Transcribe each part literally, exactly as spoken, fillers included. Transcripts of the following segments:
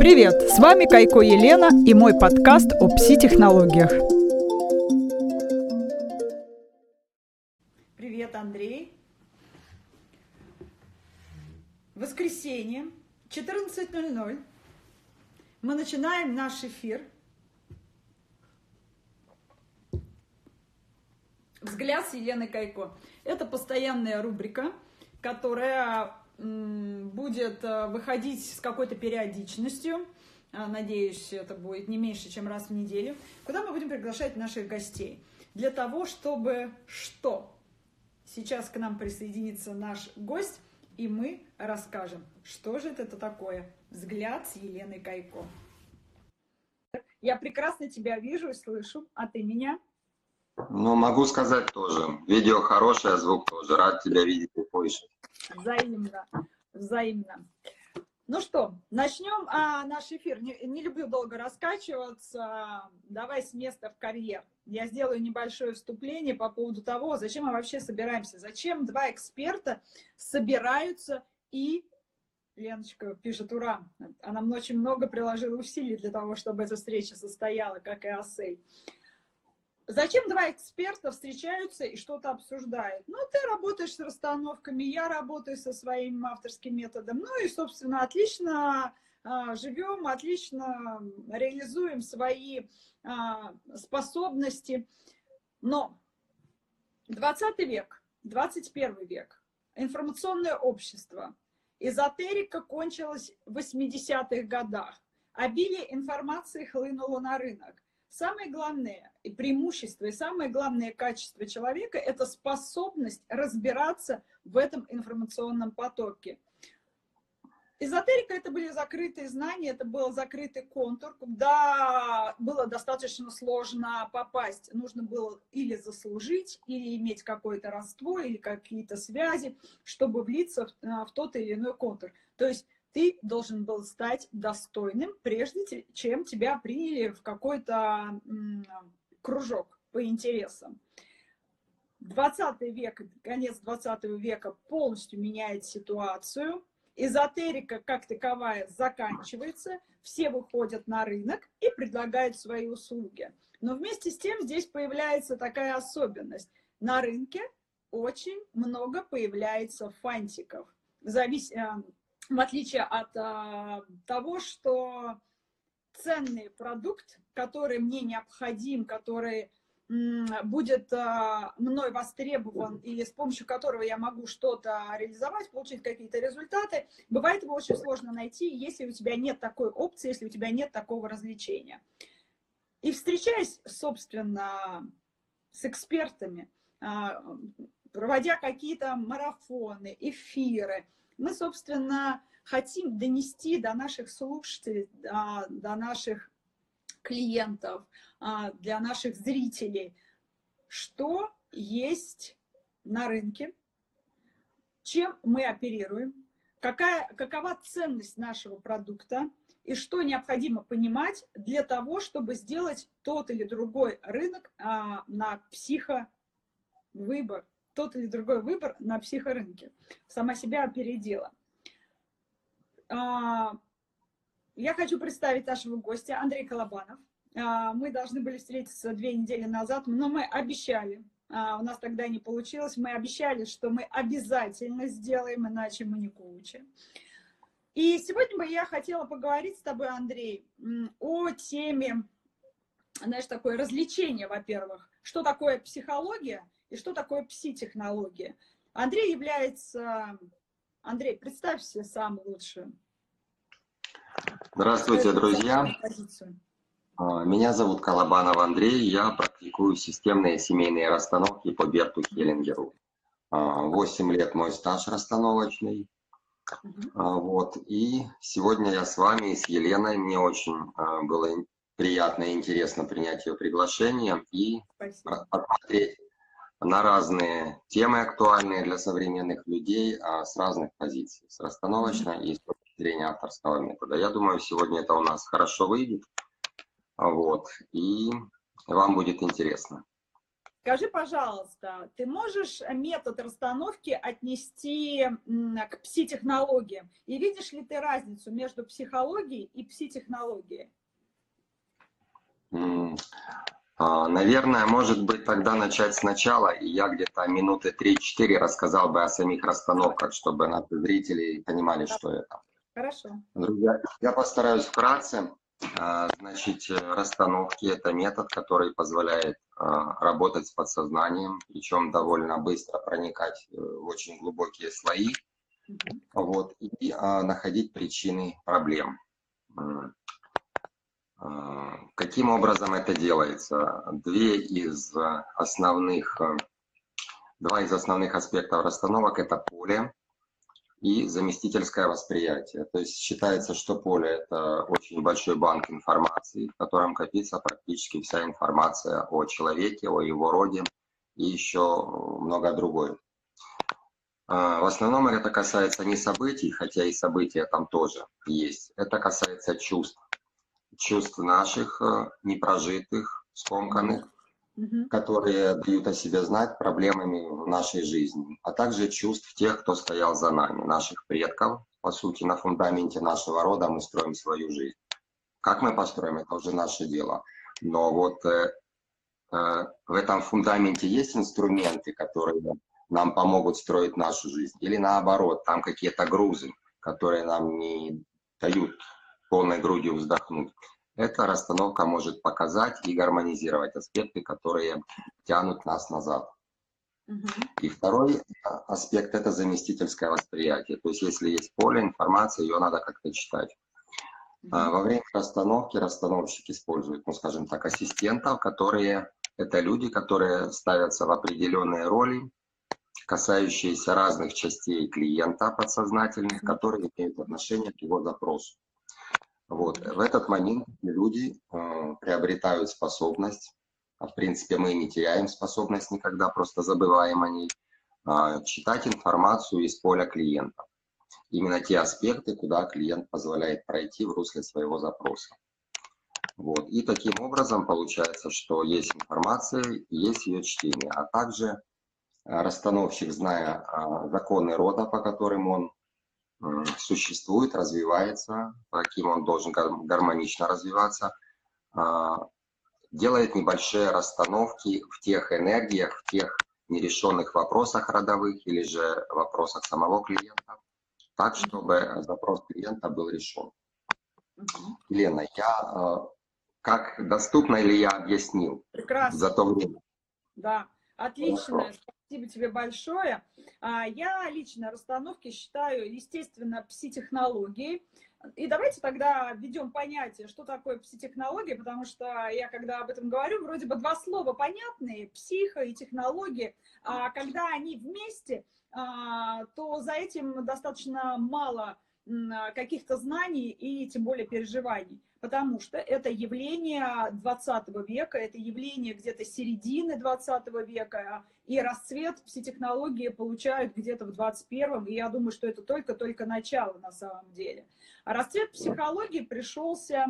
Привет! С вами Кайко Елена и мой подкаст о пси-технологиях. Привет, Андрей. Воскресенье, четырнадцать ноль ноль. Мы начинаем наш эфир. «Взгляд с Еленой Кайко». Это постоянная рубрика, которая м, будет э, выходить с какой-то периодичностью. А, Надеюсь, это будет не меньше, чем раз в неделю. Куда мы будем приглашать наших гостей. Для того, чтобы что? Сейчас к нам присоединится наш гость, и мы расскажем, что же это такое «Взгляд с Еленой Кайко». Я прекрасно тебя вижу и слышу, а ты меня? Ну, могу сказать тоже. Видео хорошее, звук тоже. Рад тебя видеть и слышать. Взаимно, взаимно. Ну что, начнем а, наш эфир. Не, не люблю долго раскачиваться. Давай с места в карьер. Я сделаю небольшое вступление по поводу того, зачем мы вообще собираемся. Зачем два эксперта собираются и... Леночка пишет «Ура!». Она очень много приложила усилий для того, чтобы эта встреча состояла, как и Асель. Зачем два эксперта встречаются и что-то обсуждают? Ну, ты работаешь с расстановками, я работаю со своим авторским методом. Ну и, собственно, отлично а, живем, отлично реализуем свои а, способности. Но двадцатый век, двадцать первый век, информационное общество, эзотерика кончилась в восьмидесятых годах, обилие информации хлынуло на рынок. Самое главное и преимущество, и самое главное качество человека – это способность разбираться в этом информационном потоке. Эзотерика – это были закрытые знания, это был закрытый контур, куда было достаточно сложно попасть. Нужно было или заслужить, или иметь какое-то родство, или какие-то связи, чтобы влиться в, в тот или иной контур. То есть ты должен был стать достойным, прежде чем тебя приняли в какой-то кружок по интересам. двадцатый век, конец двадцатого века полностью меняет ситуацию. Эзотерика как таковая заканчивается, все выходят на рынок и предлагают свои услуги. Но вместе с тем здесь появляется такая особенность. На рынке очень много появляется фантиков. Завис... В отличие от а, того, что ценный продукт, который мне необходим, который м, будет а, мной востребован или с помощью которого я могу что-то реализовать, получить какие-то результаты, бывает его очень сложно найти, если у тебя нет такой опции, если у тебя нет такого развлечения. И встречаясь, собственно, с экспертами, а, проводя какие-то марафоны, эфиры, мы, собственно, хотим донести до наших слушателей, до наших клиентов, для наших зрителей, что есть на рынке, чем мы оперируем, какая, какова ценность нашего продукта и что необходимо понимать для того, чтобы сделать тот или другой рынок на психовыбор. Тот или другой выбор на психорынке. Сама себя опередила. Я хочу представить нашего гостя, Андрей Колобанов. Мы должны были встретиться две недели назад, но мы обещали, у нас тогда не получилось, мы обещали, что мы обязательно сделаем, иначе мы не коучи. И сегодня бы я хотела поговорить с тобой, Андрей, о теме, знаешь, такое развлечение, во-первых. Что такое психология? И что такое пси-технология? Андрей является... Андрей, представься сам лучше. Здравствуйте, друзья. Меня зовут Колобанов Андрей. Я практикую системные семейные расстановки по Берту Хеллингеру. Восемь лет мой стаж расстановочный. Uh-huh. Вот. И сегодня я с вами, с Еленой. Мне очень было приятно и интересно принять ее приглашение и посмотреть на разные темы, актуальные для современных людей, а с разных позиций, с расстановочной и с точки зрения авторского метода. Я думаю, сегодня это у нас хорошо выйдет, вот, и вам будет интересно. Скажи, пожалуйста, ты можешь метод расстановки отнести к пси-технологиям? И видишь ли ты разницу между психологией и пси-технологией? Наверное, может быть, тогда начать сначала, и я где-то минуты три-четыре рассказал бы о самих расстановках, чтобы наши зрители понимали, что это. Хорошо. Друзья, я постараюсь вкратце. Значит, расстановки – это метод, который позволяет работать с подсознанием, причем довольно быстро проникать в очень глубокие слои, вот, и находить причины проблем. Каким образом это делается? Две из основных, два из основных аспектов расстановок – это поле и заместительское восприятие. То есть считается, что поле – это очень большой банк информации, в котором копится практически вся информация о человеке, о его роде и еще много другое. В основном это касается не событий, хотя и события там тоже есть. Это касается чувств. Чувств наших, непрожитых, скомканных, mm-hmm. которые дают о себе знать проблемами в нашей жизни, а также чувств тех, кто стоял за нами, наших предков. По сути, на фундаменте нашего рода мы строим свою жизнь. Как мы построим, это уже наше дело. Но вот э, э, в этом фундаменте есть инструменты, которые нам помогут строить нашу жизнь. Или наоборот, там какие-то грузы, которые нам не дают полной грудью вздохнуть. Эта расстановка может показать и гармонизировать аспекты, которые тянут нас назад. Uh-huh. И второй аспект – это заместительское восприятие. То есть если есть поле информации, ее надо как-то читать. Uh-huh. Во время расстановки расстановщик использует, ну скажем так, ассистентов, которые – это люди, которые ставятся в определенные роли, касающиеся разных частей клиента подсознательных, которые имеют отношение к его запросу. Вот. В этот момент люди э, приобретают способность, а в принципе мы не теряем способность никогда, просто забываем о ней, э, читать информацию из поля клиента. Именно те аспекты, куда клиент позволяет пройти в русле своего запроса. Вот. И таким образом получается, что есть информация, есть ее чтение, а также расстановщик, зная э, законы рода, по которым он существует, развивается, каким он должен гармонично развиваться, делает небольшие расстановки в тех энергиях, в тех нерешенных вопросах родовых или же вопросах самого клиента, так, чтобы запрос клиента был решен. Елена, я, как доступно ли я объяснил? Прекрасно. За то время? Да. Отлично, спасибо тебе большое. Я лично расстановки считаю, естественно, пси-технологией. И давайте тогда введем понятие, что такое пси-технология, потому что я, когда об этом говорю, вроде бы два слова понятные, психо и технологии, а когда они вместе, то за этим достаточно мало каких-то знаний и тем более переживаний. Потому что это явление двадцатого века, это явление где-то середины двадцатого века, и расцвет пси-технологии получают где-то в двадцать первом, и я думаю, что это только-только начало на самом деле. А расцвет психологии пришелся,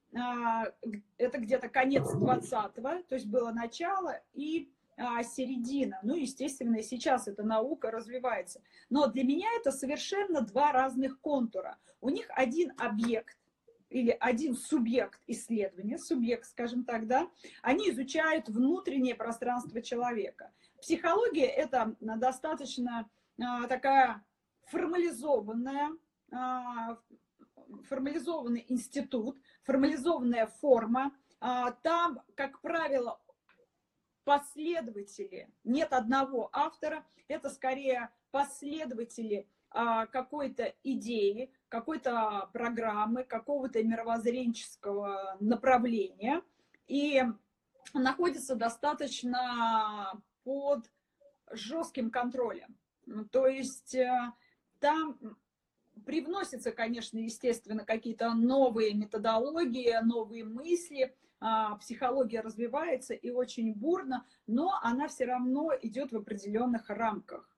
это где-то конец двадцатого, то есть было начало и середина. Ну, естественно, и сейчас эта наука развивается. Но для меня это совершенно два разных контура. У них один объект, или один субъект исследования, субъект, скажем так, да, они изучают внутреннее пространство человека. Психология – это достаточно а, такая формализованная, а, формализованный институт, формализованная форма. А, там, как правило, последователи, нет одного автора, это скорее последователи какой-то идеи, какой-то программы, какого-то мировоззренческого направления, и находится достаточно под жестким контролем. То есть там привносятся, конечно, естественно, какие-то новые методологии, новые мысли, психология развивается и очень бурно, но она все равно идет в определенных рамках.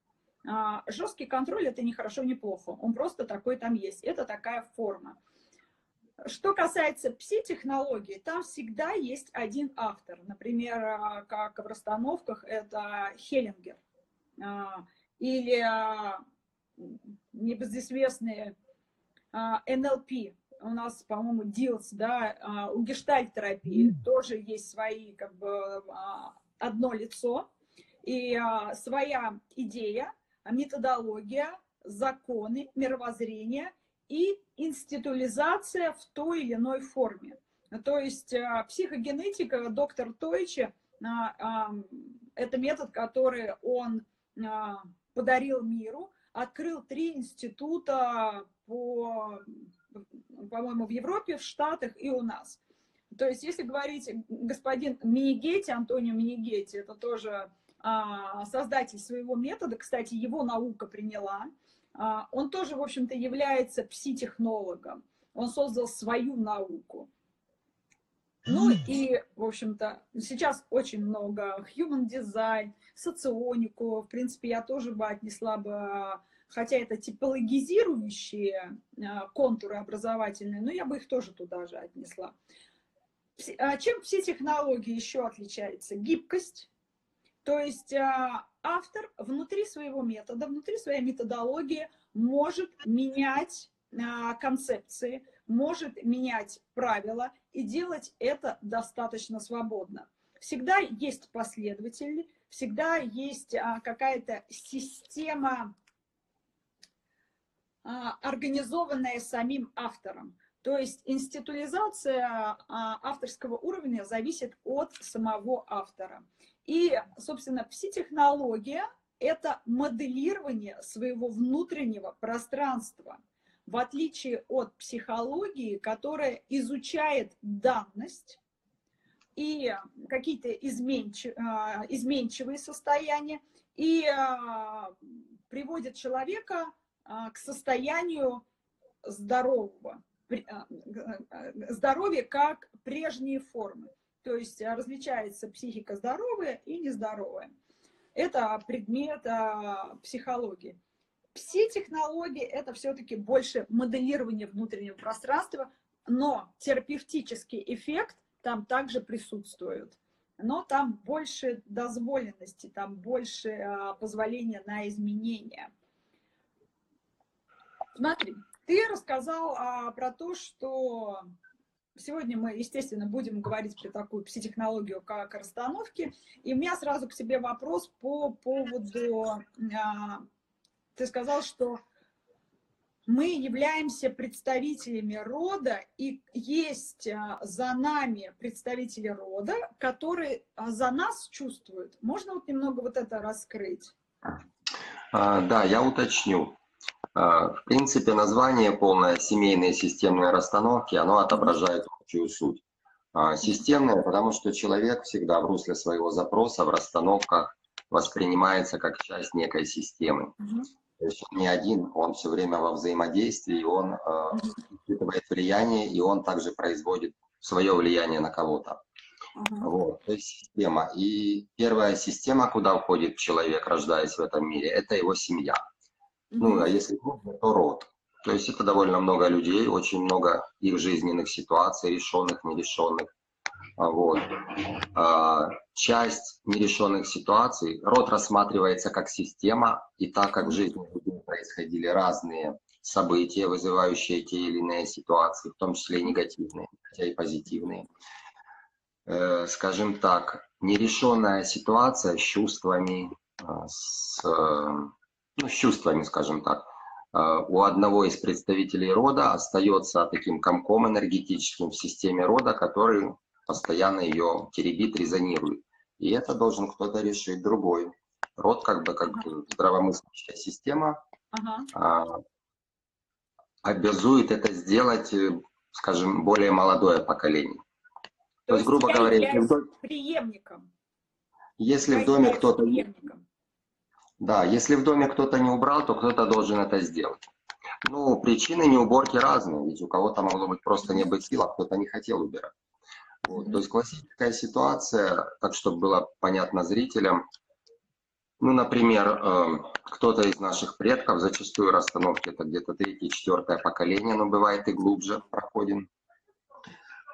Жесткий контроль – это не хорошо, не плохо. Он просто такой там есть. Это такая форма. Что касается пси-технологий, там всегда есть один автор. Например, как в расстановках, это Хеллингер. Или небезызвестные эн эл пи. У нас, по-моему, дилс, да, у гештальт-терапии тоже есть свои, как бы, одно лицо и своя идея, методология, законы, мировоззрение и институализация в той или иной форме. То есть психогенетика доктор Тойче – это метод, который он подарил миру, открыл три института по, по-моему, в Европе, в Штатах и у нас. То есть, если говорить, господин Менегетти, Антонио Менегетти, это тоже а, создатель своего метода, кстати, его наука приняла, а, он тоже, в общем-то, является пси-технологом, он создал свою науку. Ну и, в общем-то, сейчас очень много human design, соционику, в принципе, я тоже бы отнесла бы, хотя это типологизирующие контуры образовательные, но я бы их тоже туда же отнесла. Чем все технологии еще отличаются? Гибкость. То есть автор внутри своего метода, внутри своей методологии может менять концепции, может менять правила и делать это достаточно свободно. Всегда есть последователи, всегда есть какая-то система, организованная самим автором. То есть институализация авторского уровня зависит от самого автора. И, собственно, пси-технология – это моделирование своего внутреннего пространства, в отличие от психологии, которая изучает данность и какие-то изменчив, изменчивые состояния и приводит человека к состоянию здорового, здоровья как прежние формы. То есть различается психика здоровая и нездоровая. Это предмет психологии. Пси-технологии – это все-таки больше моделирование внутреннего пространства, но терапевтический эффект там также присутствует. Но там больше дозволенности, там больше а, позволения на изменения. Смотри, ты рассказал а, про то, что сегодня мы, естественно, будем говорить про такую пси-технологию, как расстановки. И у меня сразу к тебе вопрос по поводу... А, ты сказал, что мы являемся представителями рода, и есть за нами представители рода, которые за нас чувствуют. Можно вот немного вот это раскрыть? А, да, я уточню. А, в принципе, название полное «семейные системные расстановки», оно отображает общую суть. А, системные, потому что человек всегда в русле своего запроса, в расстановках воспринимается как часть некой системы. То есть он не один, он все время во взаимодействии, он э, испытывает влияние, и он также производит свое влияние на кого-то. Uh-huh. Вот, то есть система. И первая система, куда входит человек, рождаясь в этом мире, это его семья. Uh-huh. Ну, а если крупно, то род. То есть это довольно много людей, очень много их жизненных ситуаций, решенных, нерешенных. Вот. Часть нерешенных ситуаций, род рассматривается как система, и так как в жизни людей происходили разные события, вызывающие те или иные ситуации, в том числе и негативные, хотя и позитивные. Скажем так, нерешенная ситуация с чувствами, с, ну, с чувствами, скажем так, у одного из представителей рода остается таким комком энергетическим в системе рода, который постоянно ее теребит, резонирует. И это должен кто-то решить другой. Род, как бы как ага. здравомыслящая система, ага. а, обязует это сделать, скажем, более молодое поколение. То, То есть, грубо говоря, если в доме, преемником. Если в доме кто-то... Да, если в доме кто-то не убрал, то кто-то должен это сделать. Ну, причины неуборки разные, ведь у кого-то могло быть просто не быть сил, а кто-то не хотел убирать. Вот. Mm-hmm. То есть классическая ситуация, так чтобы было понятно зрителям, ну, например, э, кто-то из наших предков, зачастую расстановки это где-то третье, четвертое поколение, но бывает и глубже проходим.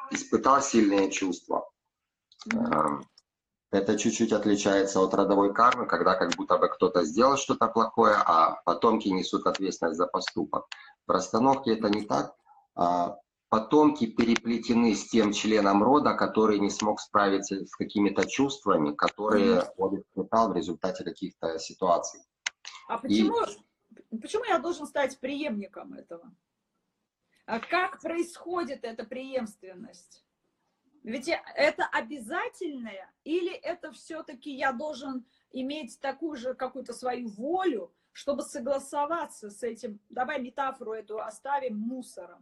испытал сильные чувства. Mm-hmm. Это чуть-чуть отличается от родовой кармы, когда как будто бы кто-то сделал что-то плохое, а потомки несут ответственность за поступок. В расстановке это не так. Потомки переплетены с тем членом рода, который не смог справиться с какими-то чувствами, которые он испытал в результате каких-то ситуаций. А почему, И... почему я должен стать преемником этого? А как происходит эта преемственность? Ведь это обязательное, или это все-таки я должен иметь такую же какую-то свою волю, чтобы согласоваться с этим, давай метафору эту оставим, мусором.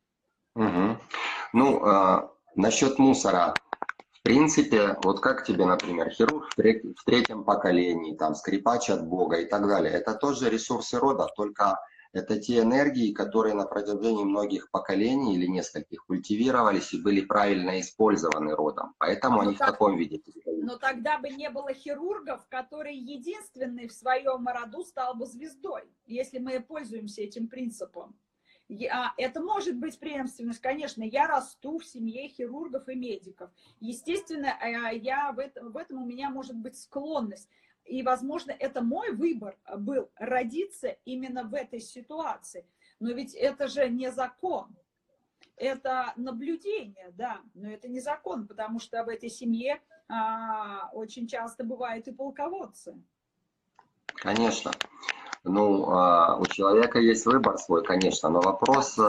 Угу. Ну, э, насчет мусора. В принципе, вот как тебе, например, хирург в, треть, в третьем поколении, там, скрипач от Бога и так далее, это тоже ресурсы рода, только это те энергии, которые на протяжении многих поколений или нескольких культивировались и были правильно использованы родом. Поэтому а они так, в таком виде. Но тогда бы не было хирургов, который единственный в своем роду стал бы звездой, если мы пользуемся этим принципом. Я, это может быть преемственность, конечно, я расту в семье хирургов и медиков. Естественно, я в, этом, в этом у меня может быть склонность. И, возможно, это мой выбор был родиться именно в этой ситуации. Но ведь это же не закон. Это наблюдение, да, но это не закон, потому что в этой семье а, очень часто бывают и полководцы. Конечно. Ну, у человека есть выбор свой, конечно, но вопрос,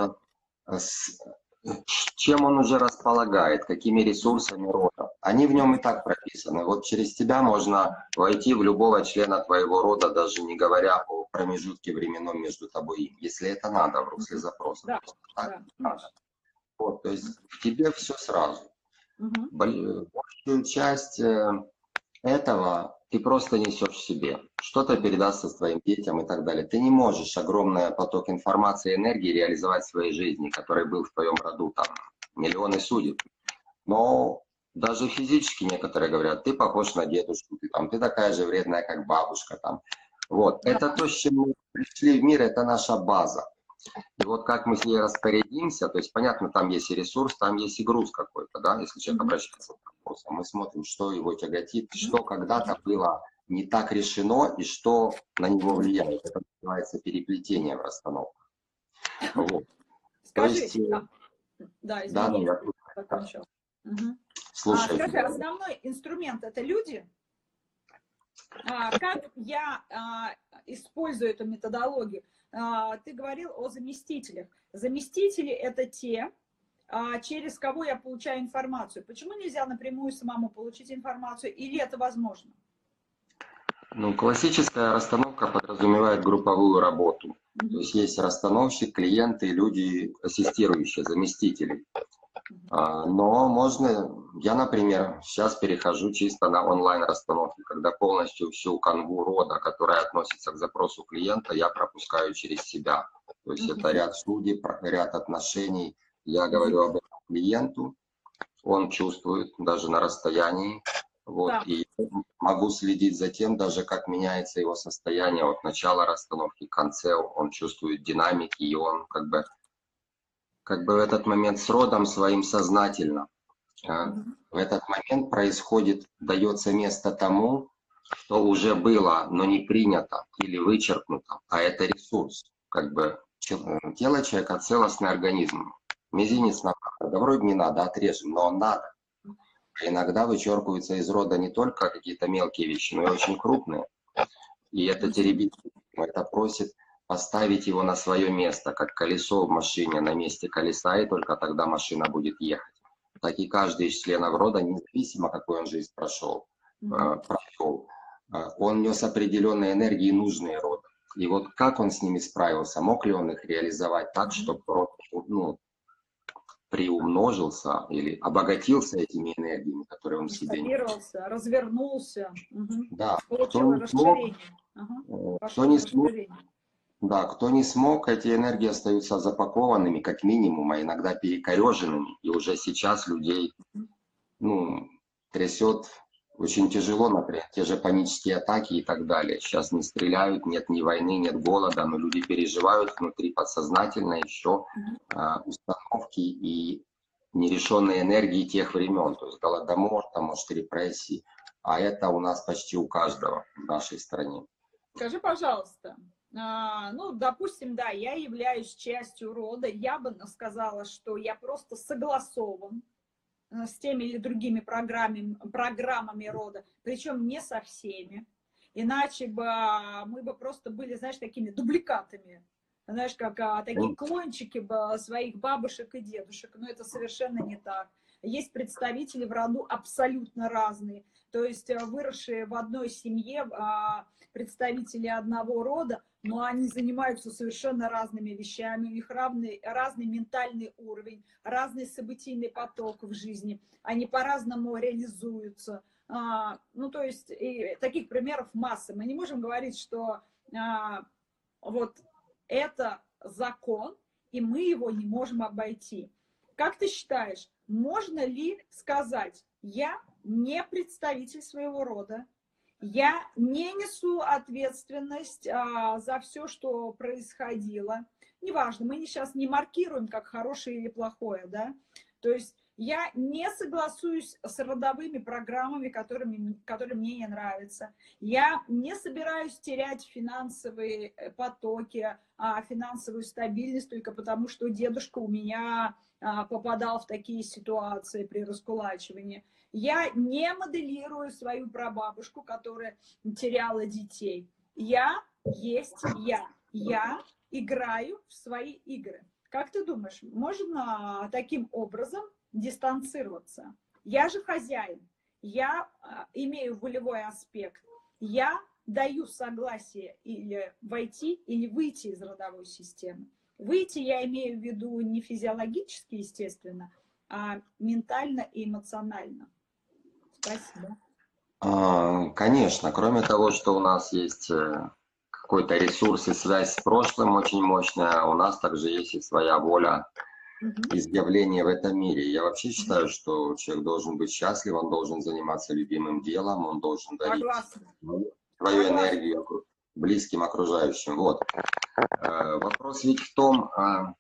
с чем он уже располагает, какими ресурсами рода. Они в нем и так прописаны. Вот через тебя можно войти в любого члена твоего рода, даже не говоря о промежутке временном между тобой и им, если это надо в русле запроса. Да, так, да, надо. Вот, то есть в тебе все сразу. Угу. Большую часть этого ты просто несешь в себе. Что-то передастся твоим детям и так далее. Ты не можешь огромный поток информации и энергии реализовать в своей жизни, который был в твоем роду, там, миллионы судеб. Но даже физически некоторые говорят, ты похож на дедушку, ты, там, ты такая же вредная, как бабушка. Там. Вот. Это то, с чем мы пришли в мир, это наша база. И вот как мы с ней распорядимся, то есть, понятно, там есть и ресурс, там есть и груз какой-то, да, если человек обращается к вопросу, мы смотрим, что его тяготит, что когда-то было не так решено и что на него влияет. Это называется переплетение в расстановках. Вот. Скажи, есть, да, да, извини, да, я закончил. Угу. Слушай, а, скажи, основной инструмент — это люди? А, как я а, использую эту методологию? А, ты говорил о заместителях. Заместители — это те, а, через кого я получаю информацию. Почему нельзя напрямую самому получить информацию, или это возможно? Ну, классическая расстановка подразумевает групповую работу. Mm-hmm. То есть есть расстановщик, клиенты, люди ассистирующие, заместители. А, но можно, я, например, сейчас перехожу чисто на онлайн-расстановки, когда полностью всю канву рода, которая относится к запросу клиента, я пропускаю через себя. То есть mm-hmm. это ряд судеб, ряд отношений. Я mm-hmm. говорю об этом клиенту, он чувствует даже на расстоянии. Вот, да. И могу следить за тем, даже как меняется его состояние от начала расстановки к концу. Он чувствует динамики, и он как бы, как бы в этот момент с родом своим сознательно. Mm-hmm. В этот момент происходит, дается место тому, что уже было, но не принято или вычеркнуто, а это ресурс. Как бы тело человека — целостный организм. Мизинец надо, да вроде не надо, отрежем, но он надо. Иногда вычеркиваются из рода не только какие-то мелкие вещи, но и очень крупные. И это теребит, это просит поставить его на свое место, как колесо в машине на месте колеса, и только тогда машина будет ехать. Так и каждый из членов рода, независимо какой он жизнь прошел, mm-hmm. прошел, он нес определенные энергии, нужные роду. И вот как он с ними справился, мог ли он их реализовать так, mm-hmm. чтобы род, ну, приумножился или обогатился этими энергиями, которые он в себе нес. Развернулся. Угу. Да. Получил расширение. Ага. Кто не смог, да, кто не смог, эти энергии остаются запакованными, как минимум, а иногда перекореженными. И уже сейчас людей ну, трясет очень тяжело, например, те же панические атаки и так далее. Сейчас не стреляют, нет ни войны, нет голода, но люди переживают внутри подсознательно еще mm-hmm. а, установки и нерешенные энергии тех времен, то есть голодомор, там, может, репрессии, а это у нас почти у каждого в нашей стране. Скажи, пожалуйста, а, ну, допустим, да, я являюсь частью рода, я бы сказала, что я просто согласован с теми или другими программами, программами рода, причем не со всеми, иначе бы мы бы просто были, знаешь, такими дубликатами, знаешь, как а, такие клончики своих бабушек и дедушек, но это совершенно не так. Есть представители в роду абсолютно разные, то есть выросшие в одной семье а, представители одного рода, но они занимаются совершенно разными вещами, у них равный, разный ментальный уровень, разный событийный поток в жизни, они по-разному реализуются. А, ну, то есть и таких примеров масса. Мы не можем говорить, что а, вот это закон, и мы его не можем обойти. Как ты считаешь, можно ли сказать, я не представитель своего рода, я не несу ответственность а, за все, что происходило. Неважно, мы сейчас не маркируем, как хорошее или плохое, да? То есть я не согласуюсь с родовыми программами, которыми, которые мне не нравятся. Я не собираюсь терять финансовые потоки, а, финансовую стабильность только потому, что дедушка у меня а, попадал в такие ситуации при раскулачивании. Я не моделирую свою прабабушку, которая теряла детей. Я есть я. Я играю в свои игры. Как ты думаешь, можно таким образом дистанцироваться? Я же хозяин. Я имею волевой аспект. Я даю согласие или войти, или выйти из родовой системы. Выйти я имею в виду не физиологически, естественно, а ментально и эмоционально. Спасибо. Конечно, кроме того, что у нас есть какой-то ресурс и связь с прошлым очень мощная, у нас также есть и своя воля изъявления в этом мире. Я вообще считаю, что человек должен быть счастлив, он должен заниматься любимым делом, он должен дарить свою Согласна. энергию близким, окружающим. Вот. Вопрос ведь в том,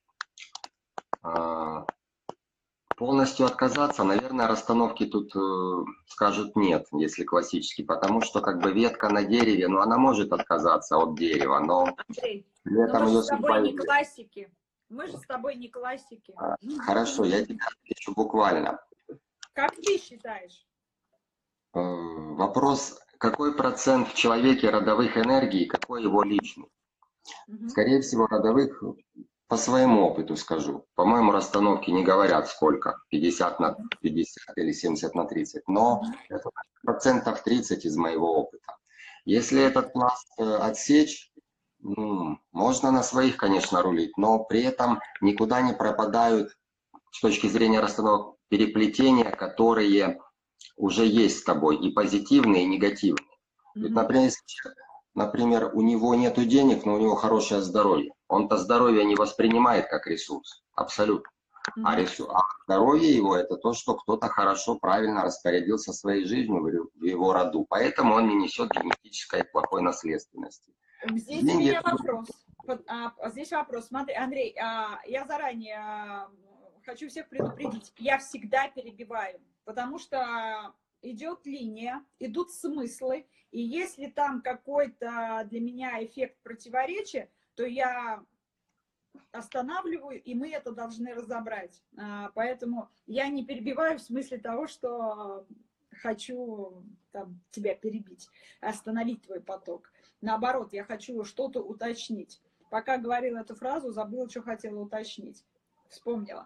полностью отказаться, наверное, расстановки тут э, скажут нет, если классически, потому что как бы ветка на дереве, ну она может отказаться от дерева, но Андрей, при этом но мы ее же с тобой судьба... не классики. Мы же с тобой не классики. А, хорошо, я тебя отвечу буквально. Как ты считаешь? Э, вопрос, какой процент в человеке родовых энергий, какой его личный? Угу. Скорее всего, родовых... По своему опыту скажу. По-моему, расстановки не говорят сколько, пятьдесят на пятьдесят или семьдесят на тридцать, но это процентов тридцать из моего опыта. Если этот пласт отсечь, ну, можно на своих, конечно, рулить, но при этом никуда не пропадают с точки зрения расстановок переплетения, которые уже есть с тобой, и позитивные, и негативные. Ведь, например, Например, у него нет денег, но у него хорошее здоровье. Он-то здоровье не воспринимает как ресурс, абсолютно. Mm-hmm. А, ресурс, а здоровье его – это то, что кто-то хорошо, правильно распорядился своей жизнью в его роду. Поэтому он не несет генетической плохой наследственности. Здесь Деньги... у меня вопрос. Здесь вопрос. Смотри, Андрей, я заранее хочу всех предупредить. Я всегда перебиваю, потому что идет линия, идут смыслы, и если там какой-то для меня эффект противоречия, то я останавливаю, и мы это должны разобрать. Поэтому я не перебиваю в смысле того, что хочу там, тебя перебить, остановить твой поток. Наоборот, я хочу что-то уточнить. Пока говорила эту фразу, забыла, что хотела уточнить. Вспомнила.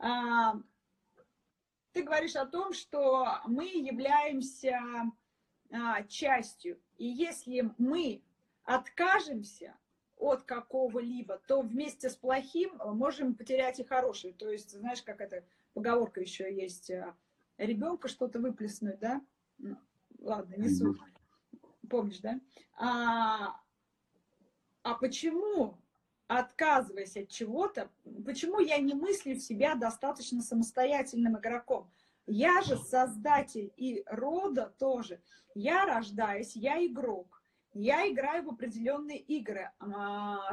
Ты говоришь о том, что мы являемся а, частью, и если мы откажемся от какого-либо, то вместе с плохим можем потерять и хорошее. То есть, знаешь, как эта поговорка еще есть, ребенка что-то выплеснуть, да? Ну, ладно, не суть. Помнишь, да? А, а почему, отказываясь от чего-то, почему я не мыслю в себя достаточно самостоятельным игроком? Я же создатель и рода тоже. Я рождаюсь, я игрок. Я играю в определенные игры.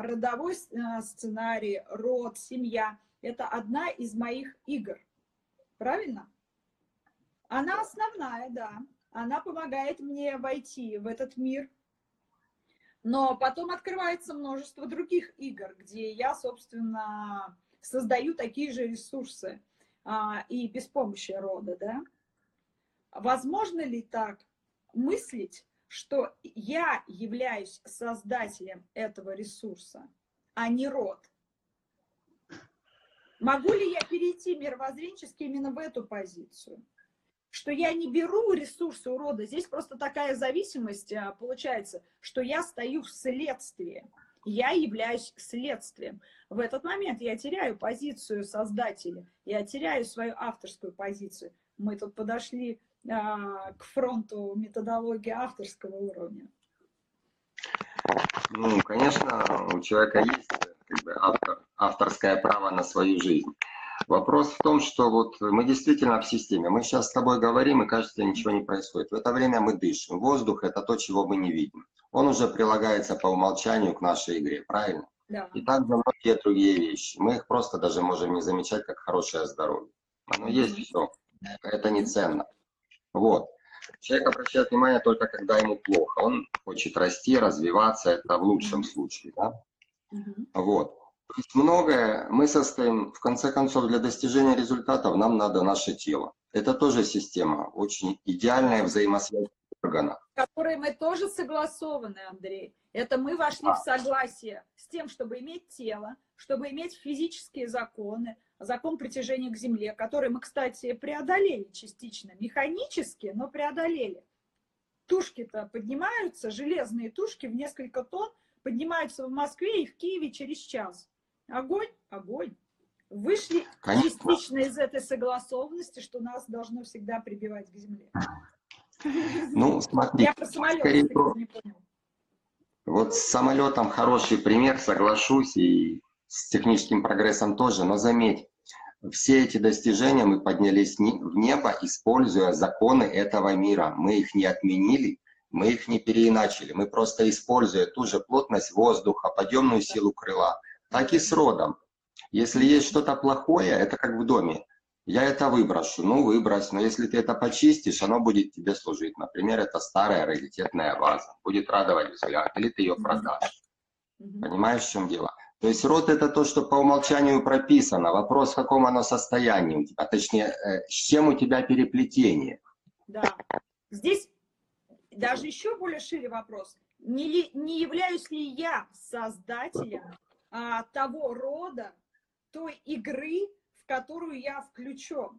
Родовой сценарий, род, семья – это одна из моих игр. правильно? Она основная, да. Она помогает мне войти в этот мир. Но потом открывается множество других игр, где я, собственно, создаю такие же ресурсы а, и без помощи рода, да. Возможно ли так мыслить, что я являюсь создателем этого ресурса, а не род? Могу ли я перейти мировоззренчески именно в эту позицию? Что я не беру ресурсы у рода, здесь просто такая зависимость получается, что я стою в следствии, я являюсь следствием. В этот момент я теряю позицию создателя, я теряю свою авторскую позицию. Мы тут подошли а, к фронту методологии авторского уровня. Ну, конечно, у человека есть как бы, автор, авторское право на свою жизнь. Вопрос в том, что вот мы действительно в системе. Мы сейчас с тобой говорим, и кажется, ничего не происходит. В это время мы дышим. Воздух – это то, чего мы не видим. Он уже прилагается по умолчанию к нашей игре, правильно? Да. И так за многие другие вещи. Мы их просто даже можем не замечать, как хорошее здоровье. Оно есть все. Это не ценно. Вот. Человек обращает внимание только, когда ему плохо. Он хочет расти, развиваться. Это в лучшем случае. Да? Угу. Вот. То есть многое мы состоим, в конце концов, для достижения результатов нам надо наше тело. Это тоже система, очень идеальная взаимосвязь органов. В которой мы тоже согласованы, Андрей. Это мы вошли а. в согласие с тем, чтобы иметь тело, чтобы иметь физические законы, закон притяжения к Земле, который мы, кстати, преодолели частично, механически, но преодолели. Тушки-то поднимаются, железные тушки в несколько тонн поднимаются в Москве и в Киеве через час. Огонь, огонь. Вышли Конечно. частично из этой согласованности, что нас должно всегда прибивать к земле. Ну, смотри, я про самолет скорее, не понял. Вот с самолетом хороший пример, соглашусь, и с техническим прогрессом тоже, но заметь, все эти достижения мы поднялись в небо, используя законы этого мира. Мы их не отменили, мы их не переиначили, мы просто используя ту же плотность воздуха, подъемную силу крыла. Так и с родом. Если есть что-то плохое, это как в доме. Я это выброшу, ну выбрось, но если ты это почистишь, оно будет тебе служить. Например, это старая раритетная ваза, будет радовать взгляд, или ты ее продашь. Понимаешь, в чем дело? То есть род это то, что по умолчанию прописано. Вопрос, в каком оно состоянии у тебя, точнее, с чем у тебя переплетение. Да. Здесь даже еще более шире вопрос. Не, ли, не являюсь ли я создателем а, того рода, той игры, в которую я включен?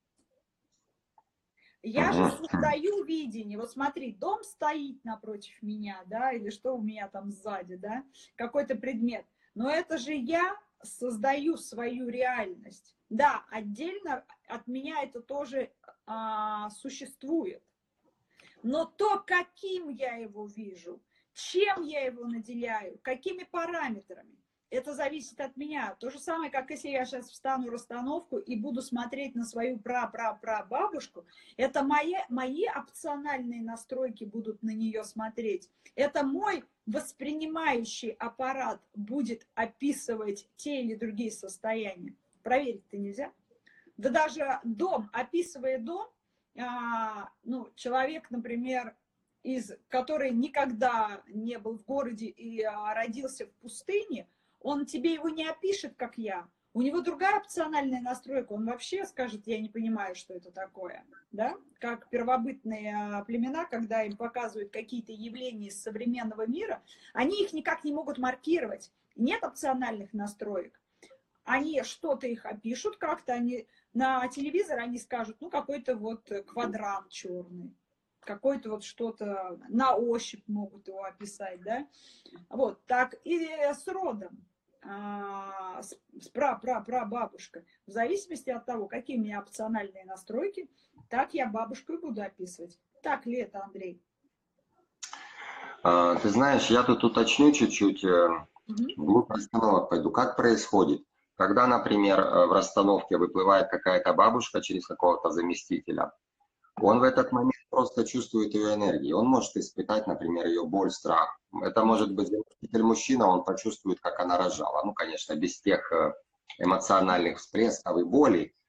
Я же создаю видение. Вот смотри, дом стоит напротив меня, да, или что у меня там сзади, да, какой-то предмет. Но это же я создаю свою реальность. Да, отдельно от меня это тоже а, существует. Но то, каким я его вижу, чем я его наделяю, какими параметрами, это зависит от меня. То же самое, как если я сейчас встану в расстановку и буду смотреть на свою пра-пра-пра-бабушку, это мои, мои опциональные настройки будут на нее смотреть. Это мой воспринимающий аппарат будет описывать те или другие состояния. Проверить-то нельзя. Да даже дом, описывая дом, а, ну, человек, например, из, который никогда не был в городе и а, родился в пустыне, он тебе его не опишет, как я. У него другая опциональная настройка, он вообще скажет, я не понимаю, что это такое. Да? Как первобытные племена, когда им показывают какие-то явления из современного мира, они их никак не могут маркировать. Нет опциональных настроек. Они что-то их опишут как-то, они на телевизор они скажут, ну какой-то вот квадрат черный, какой-то вот что-то на ощупь могут его описать, да. Вот, так и с родом. А, с, с пра-пра-пра-бабушкой. В зависимости от того, какие у меня опциональные настройки, так я бабушку и буду описывать. Так ли это, Андрей? А, ты знаешь, я тут уточню чуть-чуть, угу. Вглубь расстановок пойду. Как происходит? Когда, например, в расстановке выплывает какая-то бабушка через какого-то заместителя, он в этот момент просто чувствует ее энергию. Он может испытать, например, ее боль, страх. Это может быть заместитель мужчина, он почувствует, как она рожала. Ну, конечно, без тех эмоциональных всплесков и боли.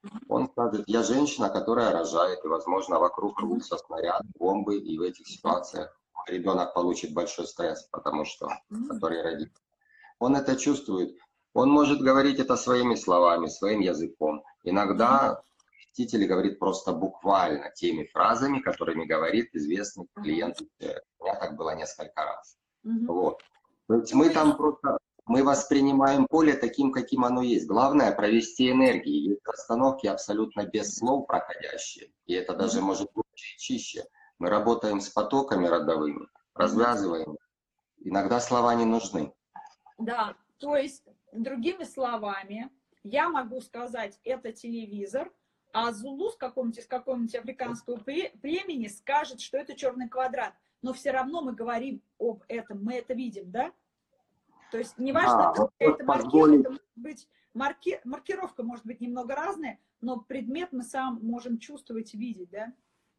он скажет, я женщина, которая рожает, и, возможно, вокруг рвутся снаряды, бомбы, и в этих ситуациях ребенок получит большой стресс, потому что, который родит. Он это чувствует. Он может говорить это своими словами, своим языком. Иногда посетитель говорит просто буквально теми фразами, которыми говорит известный клиент. У меня так было несколько раз. Вот. То есть мы там просто... Мы воспринимаем поле таким, каким оно есть. Главное провести энергии. Есть расстановки абсолютно без слов проходящие. И это даже может быть чище. Мы работаем с потоками родовыми, развязываем. Иногда слова не нужны. Да, то есть, другими словами, я могу сказать, это телевизор, а Зулу с какого-нибудь какого африканского племени скажет, что это черный квадрат. Но все равно мы говорим об этом, мы это видим, да? То есть неважно, А, как вот это маркировка, позволит... это может быть, марки... маркировка может быть немного разная, но предмет мы сам можем чувствовать и видеть, да?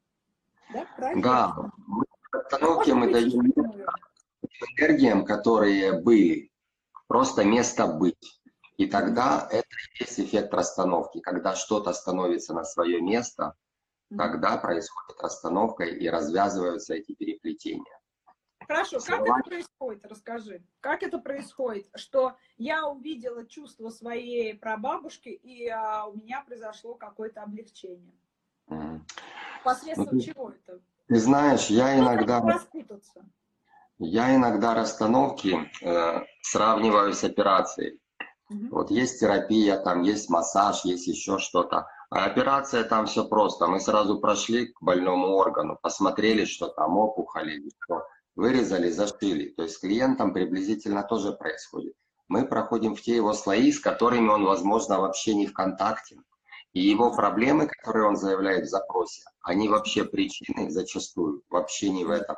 Да, правильно? Да, мы в расстановке мы даем уровень. энергиям, которые были, просто место быть. И тогда это и есть эффект расстановки. Когда что-то становится на свое место, тогда происходит расстановка и развязываются эти переплетения. Хорошо, как Слова... это происходит? Расскажи. Как это происходит, что я увидела чувство своей прабабушки, и а, у меня произошло какое-то облегчение? Mm. Посредством ну, чего это? Ты знаешь, я ну, иногда... распутаться. Я иногда расстановки э, сравниваю с операцией. Mm-hmm. Вот есть терапия, там есть массаж, есть еще что-то. А операция там все просто. Мы сразу прошли к больному органу, посмотрели, что там опухоли, что вырезали, зашили. То есть с клиентом приблизительно тоже происходит. Мы проходим в те его слои, с которыми он, возможно, вообще не в контакте. И его проблемы, которые он заявляет в запросе, они вообще причины зачастую вообще не в этом.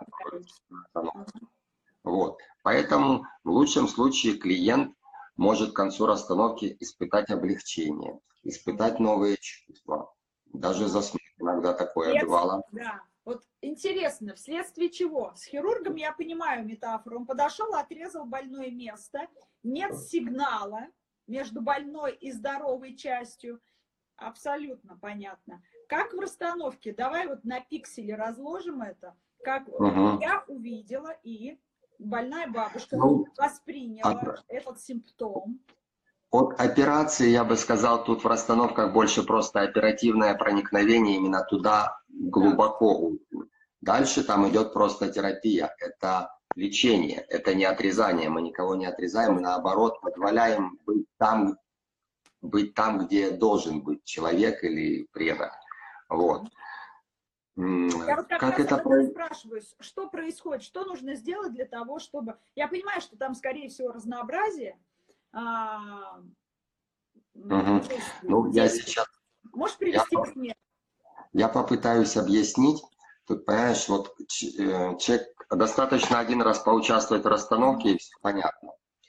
Вот. Поэтому в лучшем случае клиент может к концу расстановки испытать облегчение, испытать новые чувства. Даже заснуть иногда такое Нет, бывало. Да. Вот интересно, вследствие чего? С хирургом я понимаю метафору. Он подошел, отрезал больное место, нет сигнала между больной и здоровой частью. Абсолютно понятно. Как в расстановке? Давай вот на пиксели разложим это. Как угу. я увидела, и больная бабушка ну, восприняла от... этот симптом. От операции, я бы сказал, тут в расстановках больше просто оперативное проникновение именно туда глубоко. Да. Дальше там идет просто терапия. Это лечение, это не отрезание. Мы никого не отрезаем, мы наоборот позволяем быть там, быть там, где должен быть человек или предок. Вот. Я вот как, как раз это про... спрашиваю, что происходит, что нужно сделать для того, чтобы... Я понимаю, что там, скорее всего, разнообразие. А... Угу. Ну, я сейчас... Можешь привести я... пример? Я попытаюсь объяснить. Тут, понимаешь, вот человек достаточно один раз поучаствовать в расстановке, и все понятно.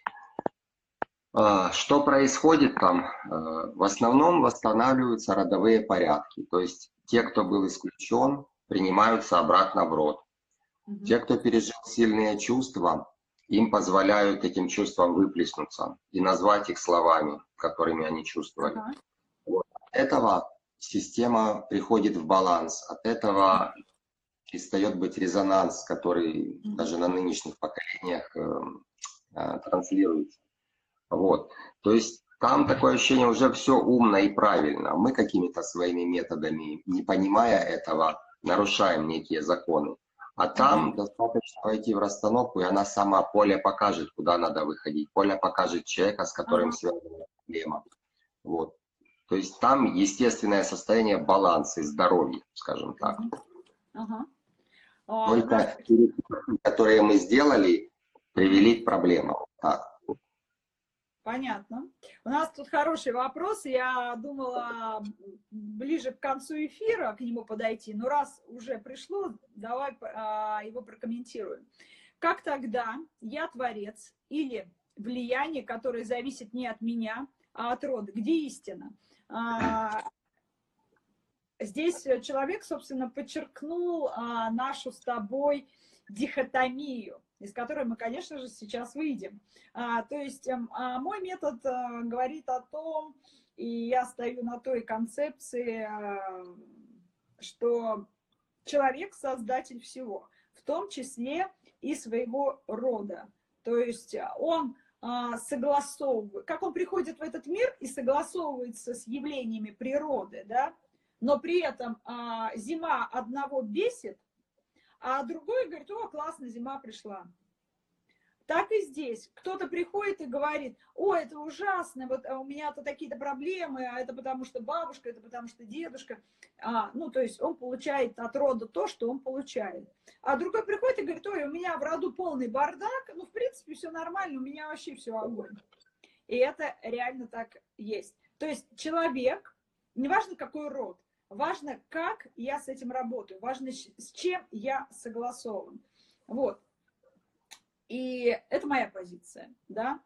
Что происходит там? В основном восстанавливаются родовые порядки. То есть те, кто был исключен, принимаются обратно в род. Угу. Те, кто пережил сильные чувства, им позволяют этим чувствам выплеснуться и назвать их словами, которыми они чувствовали. Ага. Вот. От этого система приходит в баланс, от этого перестает быть резонанс, который mm-hmm. даже на нынешних поколениях э, э, транслируется. Вот. То есть там такое ощущение, уже все умно и правильно. Мы какими-то своими методами, не понимая этого, нарушаем некие законы. А там mm-hmm. достаточно войти в расстановку, и она сама, поле покажет, куда надо выходить. Поле покажет человека, с которым uh-huh. связана проблема. Вот. То есть там естественное состояние баланса и здоровья, скажем так. Uh-huh. Uh-huh. Только переходы, которые мы сделали, привели к проблемам. Так. Понятно. У нас тут хороший вопрос. Я думала ближе к концу эфира к нему подойти, но раз уже пришло, давай а, его прокомментируем. Как тогда я творец или влияние, которое зависит не от меня, а от рода? Где истина? А, здесь человек, собственно, подчеркнул а, нашу с тобой дихотомию. из которой мы, конечно же, сейчас выйдем. А, то есть а, мой метод а, говорит о том, и я стою на той концепции, а, что человек создатель всего, в том числе и своего рода. То есть он а, согласовывает, как он приходит в этот мир и согласовывается с явлениями природы, да, но при этом а, зима одного бесит, а другой говорит: о, классно, зима пришла. Так и здесь. Кто-то приходит и говорит: о, это ужасно, вот у меня-то такие-то проблемы, а это потому что бабушка, это потому что дедушка. А, ну, то есть он получает от рода то, что он получает. А другой приходит и говорит: ой, у меня в роду полный бардак, ну, в принципе, все нормально, у меня вообще все огонь. И это реально так есть. То есть человек, неважно какой род, важно, как я с этим работаю, важно, с чем я согласован. Вот. И это моя позиция, да.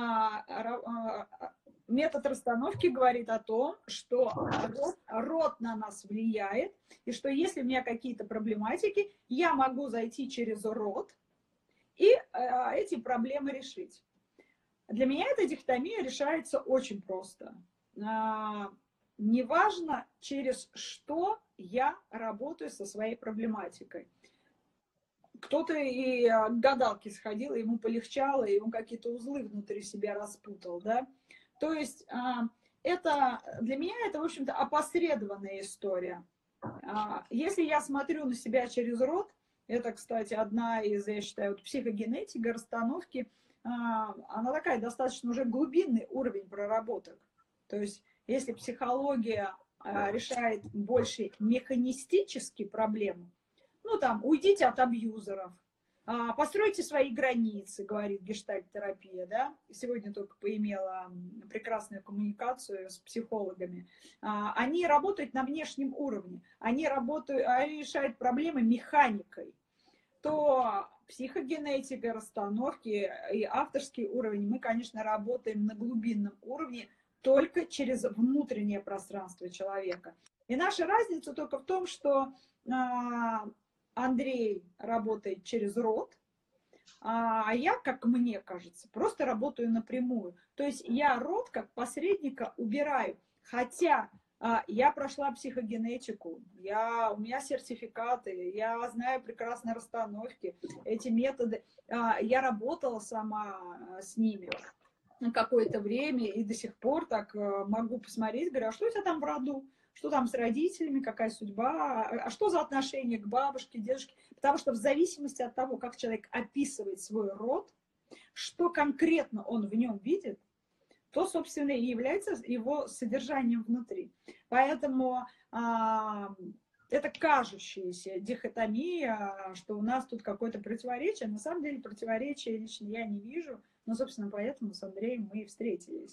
Метод расстановки говорит о том, что род, род на нас влияет, и что если у меня какие-то проблематики, я могу зайти через род и эти проблемы решить. Для меня эта дихотомия решается очень просто. Неважно, через что я работаю со своей проблематикой. Кто-то и к гадалке сходил, ему полегчало, и он какие-то узлы внутри себя распутал, да. То есть это, для меня это, в общем-то, опосредованная история. Если я смотрю на себя через род, это, кстати, одна из, я считаю, вот психогенетики, расстановки, она такая достаточно уже глубинный уровень проработок. То есть если психология решает больше механистически проблему, ну, там, уйдите от абьюзеров, постройте свои границы, говорит гештальт-терапия, да. Сегодня только поимела прекрасную коммуникацию с психологами. Они работают на внешнем уровне, они, работают, они решают проблемы механикой. То психогенетика, расстановки и авторский уровень, мы, конечно, работаем на глубинном уровне только через внутреннее пространство человека. И наша разница только в том, что Андрей работает через род, а я, как мне кажется, просто работаю напрямую. То есть я род как посредника убираю. Хотя а, я прошла психогенетику, я, у меня сертификаты, я знаю прекрасно расстановки, эти методы. А, я работала сама с ними на какое-то время и до сих пор так могу посмотреть, говорю: а что у тебя там в роду? Что там с родителями, какая судьба, а что за отношение к бабушке, дедушке. Потому что в зависимости от того, как человек описывает свой род, что конкретно он в нем видит, то, собственно, и является его содержанием внутри. Поэтому а, это кажущаяся дихотомия, что у нас тут какое-то противоречие. На самом деле противоречия лично я не вижу, но, собственно, поэтому с Андреем мы и встретились.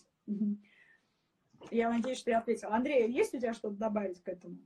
Я надеюсь, что я ответила. Андрей, есть у тебя что-то добавить к этому?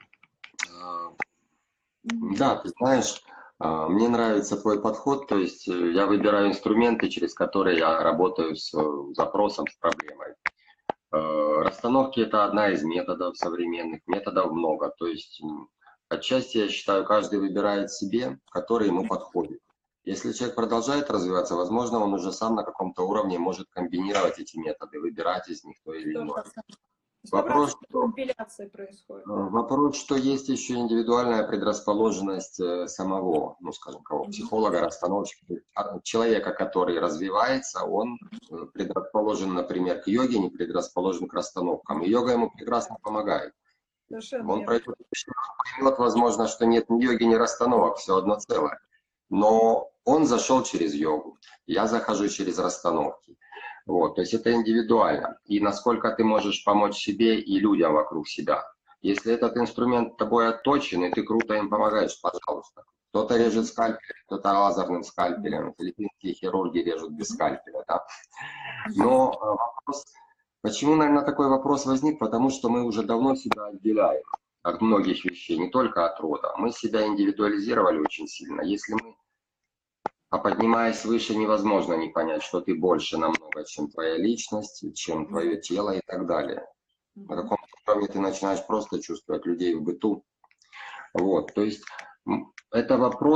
Да, ты знаешь, мне нравится твой подход, то есть я выбираю инструменты, через которые я работаю с запросом, с проблемой. Расстановки – это одна из методов современных, методов много, то есть отчасти, я считаю, каждый выбирает себе, который ему подходит. Если человек продолжает развиваться, возможно, он уже сам на каком-то уровне может комбинировать эти методы, выбирать из них то или иное. Вопрос, что, происходит. Вопрос, что есть еще индивидуальная предрасположенность самого, ну, скажем, кого, психолога, расстановщика, человека, который развивается, он предрасположен, например, к йоге, не предрасположен к расстановкам. И йога ему прекрасно помогает. Совершенно он пройдет, поймет, возможно, что нет ни йоги, ни расстановок, все одно целое. Но он зашел через йогу, я захожу через расстановки. Вот, то есть это индивидуально. И насколько ты можешь помочь себе и людям вокруг себя. Если этот инструмент тобой отточен, и ты круто им помогаешь, пожалуйста. Кто-то режет скальпелем, кто-то лазерным скальпелем. Филиппинские хирурги режут без скальпеля. Да? Но вопрос, почему, наверное, такой вопрос возник? Потому что мы уже давно себя отделяем от многих вещей, не только от рода. Мы себя индивидуализировали очень сильно. Если мы, а поднимаясь выше, невозможно не понять, что ты больше намного, чем твоя личность, чем твое тело и так далее. На каком-то уровне ты начинаешь просто чувствовать людей в быту. Вот, то есть это вопрос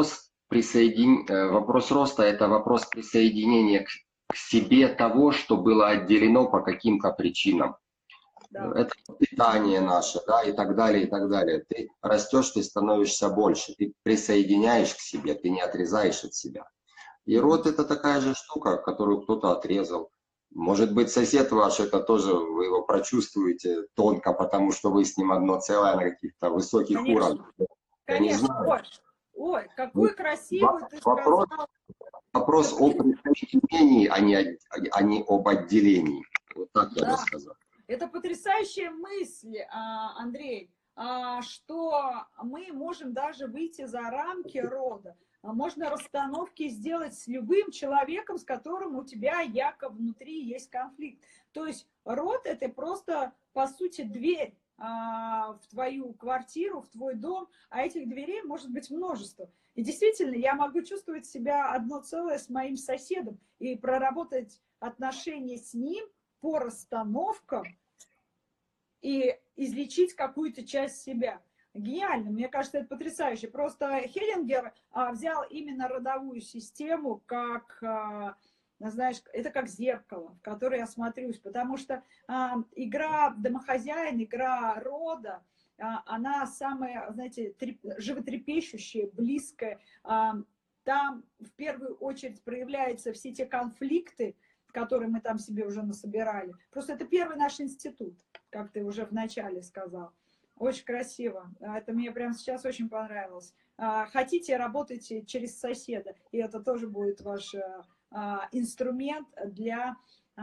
присоедин... вопрос роста – это вопрос присоединения к себе того, что было отделено по каким-то причинам. Да. Это питание наше, да, и так далее, и так далее. Ты растешь, ты становишься больше, ты присоединяешь к себе, ты не отрезаешь от себя. И род – это такая же штука, которую кто-то отрезал. Может быть, сосед ваш, это тоже, вы его прочувствуете тонко, потому что вы с ним одно целое на каких-то высоких Конечно. уровнях. Я Конечно. Ой, ой, какой красивый ты вопрос, сказал. Вопрос о присоединении, а не, а не об отделении. Вот так я Да. бы сказал. Это потрясающая мысль, Андрей, что мы можем даже выйти за рамки рода. Можно расстановки сделать с любым человеком, с которым у тебя якобы внутри есть конфликт. То есть род – это просто, по сути, дверь в твою квартиру, в твой дом, а этих дверей может быть множество. И действительно, я могу чувствовать себя одно целое с моим соседом и проработать отношения с ним по расстановкам и излечить какую-то часть себя. Гениально, мне кажется, это потрясающе. Просто Хеллингер а, взял именно родовую систему как, а, знаешь, это как зеркало, в которое я смотрюсь, потому что а, игра домохозяин, игра рода, а, она самая, знаете, треп, животрепещущая, близкая. А, там в первую очередь проявляются все те конфликты, которые мы там себе уже насобирали. Просто это первый наш институт, как ты уже вначале сказал. Очень красиво. Это мне прямо сейчас очень понравилось. Хотите, работайте через соседа, и это тоже будет ваш инструмент для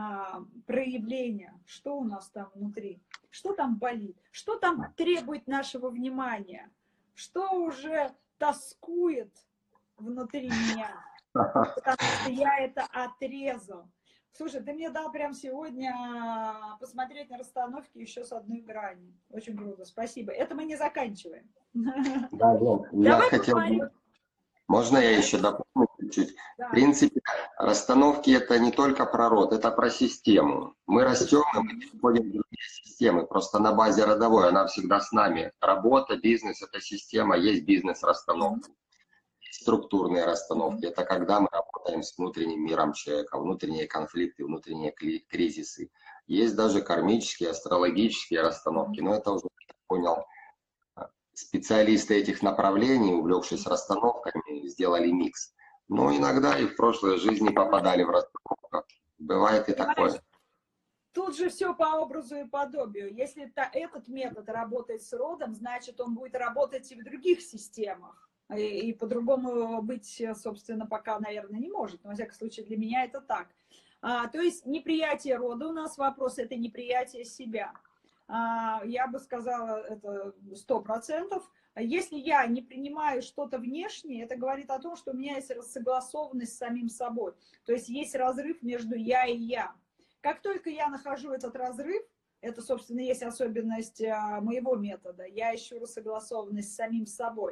проявления, что у нас там внутри, что там болит, что там требует нашего внимания, что уже тоскует внутри меня, потому что я это отрезал. Слушай, ты мне дал прям сегодня посмотреть на расстановки еще с одной грани. Очень круто, спасибо. Это мы не заканчиваем. Да, да. Я хотел... Можно я еще дополню чуть-чуть? Да. В принципе, расстановки это не только про род, это про систему. Мы растем, и мы переходим в другие системы. Просто на базе родовой она всегда с нами. Работа, бизнес – это система, есть бизнес-расстановки. Структурные расстановки. Это когда мы работаем с внутренним миром человека, внутренние конфликты, внутренние кризисы. Есть даже кармические, астрологические расстановки, но это уже, я понял, специалисты этих направлений, увлекшись расстановками, сделали микс. Но иногда и в прошлой жизни попадали в расстановку. Бывает и такое. Тут же все по образу и подобию. Если этот метод работает с родом, значит, он будет работать и в других системах. И, и по-другому быть, собственно, пока, наверное, не может. Но, во всяком случае, для меня это так. А, то есть неприятие рода у нас вопрос, это неприятие себя. А, я бы сказала, это сто процентов. Если я не принимаю что-то внешнее, это говорит о том, что у меня есть рассогласованность с самим собой. То есть есть разрыв между я и я. Как только я нахожу этот разрыв, это, собственно, есть особенность моего метода. Я ищу рассогласованность с самим собой.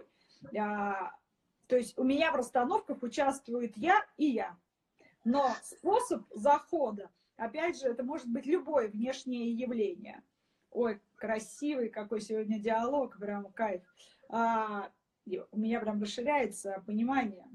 То есть у меня в расстановках участвует я и я. Но способ захода, опять же, это может быть любое внешнее явление. Ой, красивый какой сегодня диалог, прям кайф. А, у меня прям расширяется понимание.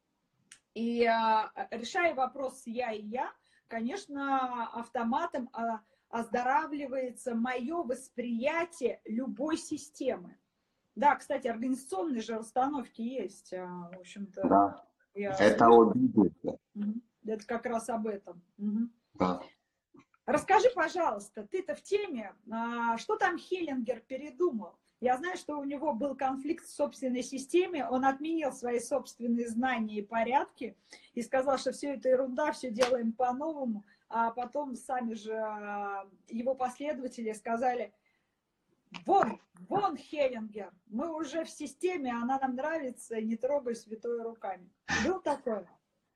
И а, решая вопрос я и я, конечно, автоматом а, оздоравливается мое восприятие любой системы. Да, кстати, организационные же расстановки есть, в общем-то. Да, это о бизнесе. Это как раз об этом. Угу. Да. Расскажи, пожалуйста, ты-то в теме, что там Хеллингер передумал? Я знаю, что у него был конфликт в собственной системе, он отменил свои собственные знания и порядки и сказал, что все это ерунда, все делаем по-новому, а потом сами же его последователи сказали: Вон, вон, Хеллингер, мы уже в системе, она нам нравится, не трогай святое руками. Был такое?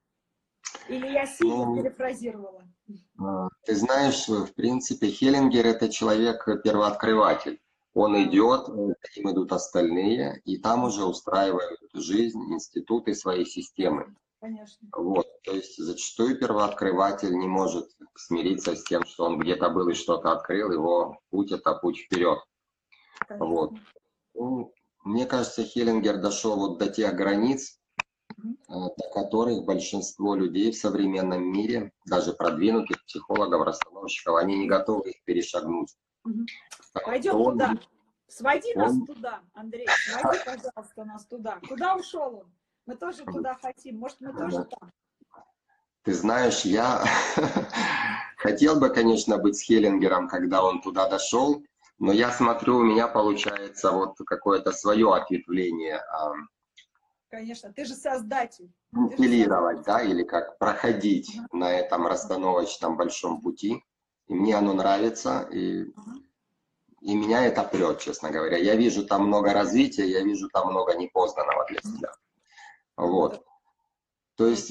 Или я сильно ну, перефразировала? Ты знаешь, в принципе, Хеллингер – это человек-первооткрыватель. Он идет, за ним идут остальные, и там уже устраивают жизнь, институты, своей системы. Конечно. Вот, то есть зачастую первооткрыватель не может смириться с тем, что он где-то был и что-то открыл, его путь – это путь вперед. Вот. Ну, мне кажется, Хеллингер дошел вот до тех границ, до которых большинство людей в современном мире, даже продвинутых психологов, расстановщиков, они не готовы их перешагнуть. Пойдем он, туда. Своди он... нас туда, Андрей. Своди, пожалуйста, нас туда. Куда ушел он? Мы тоже туда хотим. Может, мы тоже там? Ты знаешь, я хотел бы, конечно, быть с Хеллингером, когда он туда дошел, но я смотрю, у меня получается вот какое-то свое ответвление. Конечно, ты же создатель. Вентилировать, да, или как проходить uh-huh. на этом расстановочном большом пути. И мне оно нравится, и, uh-huh. и меня это прет, честно говоря. Я вижу там много развития, я вижу там много непознанного для себя. Uh-huh. Вот. То есть,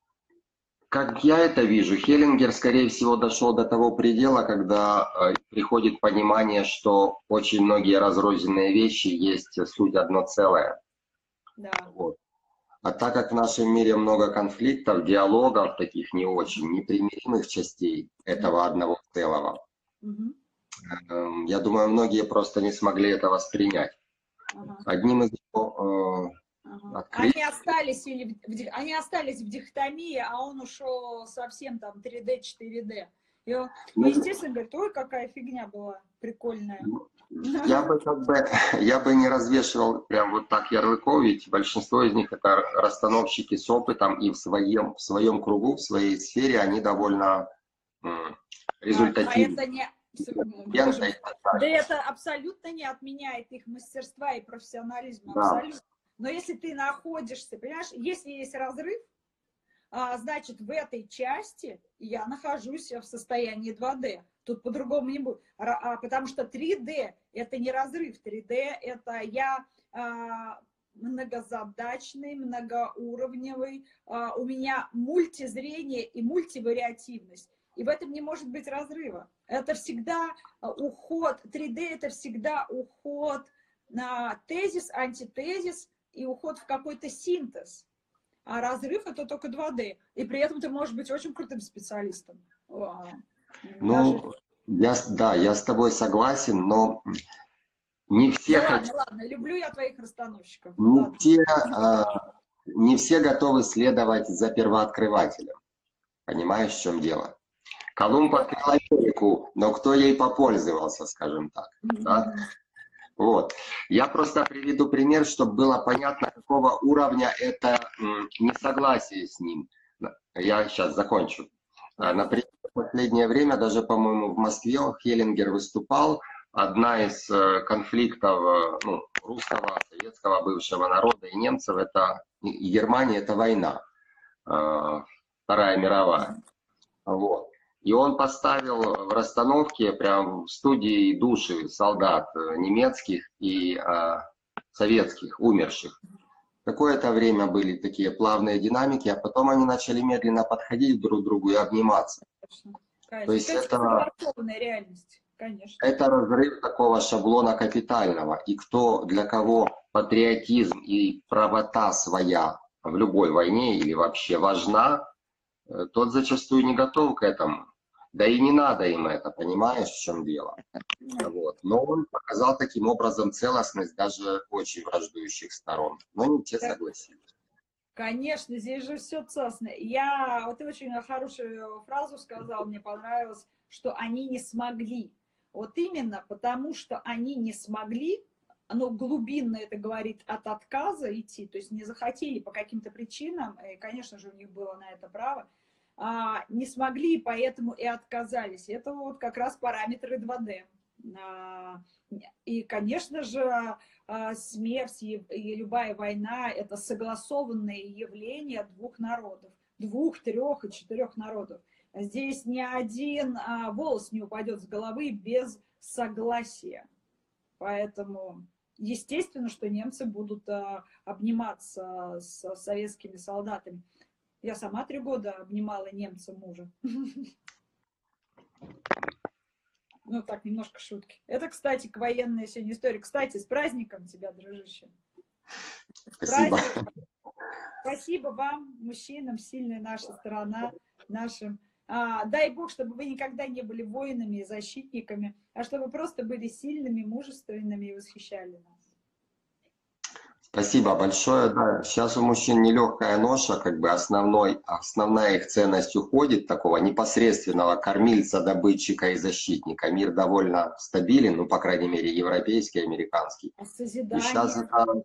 как я это вижу, Хеллингер, скорее всего, дошел до того предела, когда э, приходит понимание, что очень многие разрозненные вещи есть суть одно целое. Да. Вот. А так как в нашем мире много конфликтов, диалогов, таких не очень, непримиримых частей этого одного целого, угу. я думаю, многие просто не смогли это воспринять. Ага. Одним из его э, ага. открытий... Они остались, или в, они остались в дихотомии, а он ушел совсем там три дэ, четыре дэ. И он, ну, естественно, говорит, ой, какая фигня была прикольная. Я бы, как бы, я бы не развешивал прям вот так ярлыков, ведь большинство из них это расстановщики с опытом, и в своем, в своем кругу, в своей сфере они довольно м, результативны. А это не... Да это абсолютно не отменяет их мастерства и профессионализма, да. Абсолютно. Но если ты находишься, понимаешь, если есть разрыв, значит, в этой части я нахожусь в состоянии два дэ. Тут по-другому не будет. Потому что три дэ – это не разрыв. три дэ – это я многозадачный, многоуровневый. У меня мультизрение и мультивариативность. И в этом не может быть разрыва. Это всегда уход. три дэ – это всегда уход на тезис, антитезис и уход в какой-то синтез. А разрыв это только два дэ. И при этом ты можешь быть очень крутым специалистом. Ну, Даже... я, да, я с тобой согласен, но не все... Ну, хот... ладно, ладно, люблю я твоих расстановщиков. Не, Ладно. все, а, не все готовы следовать за первооткрывателем. Понимаешь, в чем дело? Колумб открыл Америку, но кто ей попользовался, скажем так. Mm-hmm. Да? Вот. Я просто приведу пример, чтобы было понятно, какого уровня это несогласие с ним. Я сейчас закончу. Например, в последнее время, даже, по-моему, в Москве Хеллингер выступал. Одна из конфликтов ну, русского, советского бывшего народа и немцев, это и Германия, это война. Вторая мировая. Вот. И он поставил в расстановке, прям в студии души солдат немецких и а, советских, умерших. Какое-то время были такие плавные динамики, а потом они начали медленно подходить друг к другу и обниматься. Конечно. Конечно. То есть это, реальность. Конечно. Это разрыв такого шаблона капитального. И кто, для кого патриотизм и правота своя в любой войне или вообще важна, тот зачастую не готов к этому. Да и не надо им это, понимаешь, в чем дело. Вот. Но он показал таким образом целостность даже очень враждующих сторон. Но не те согласились. Конечно, здесь же все целостно. Я, вот ты очень хорошую фразу сказал, мне понравилось, что они не смогли. Вот именно потому, что они не смогли, оно глубинно это говорит от отказа идти, то есть не захотели по каким-то причинам, и, конечно же, у них было на это право, а, не смогли, поэтому и отказались. Это вот как раз параметры два дэ. А, и, конечно же, а, смерть и, и любая война – это согласованные явления двух народов, двух, трех и четырех народов. Здесь ни один а, волос не упадет с головы без согласия. Поэтому естественно, что немцы будут а, обниматься с советскими солдатами. Я сама три года обнимала немца мужа. Ну, так, немножко шутки. Это, кстати, к военной сегодня история. Кстати, с праздником тебя, дружище. Спасибо. Спасибо вам, мужчинам, сильная наша страна, нашим. А, дай Бог, чтобы вы никогда не были воинами и защитниками, а чтобы просто были сильными, мужественными и восхищали нас. Спасибо большое. Да, сейчас у мужчин нелегкая ноша, как бы основной, основная их ценность уходит, такого непосредственного кормильца, добытчика и защитника. Мир довольно стабилен, ну, по крайней мере, европейский, американский. А И сейчас созидание, это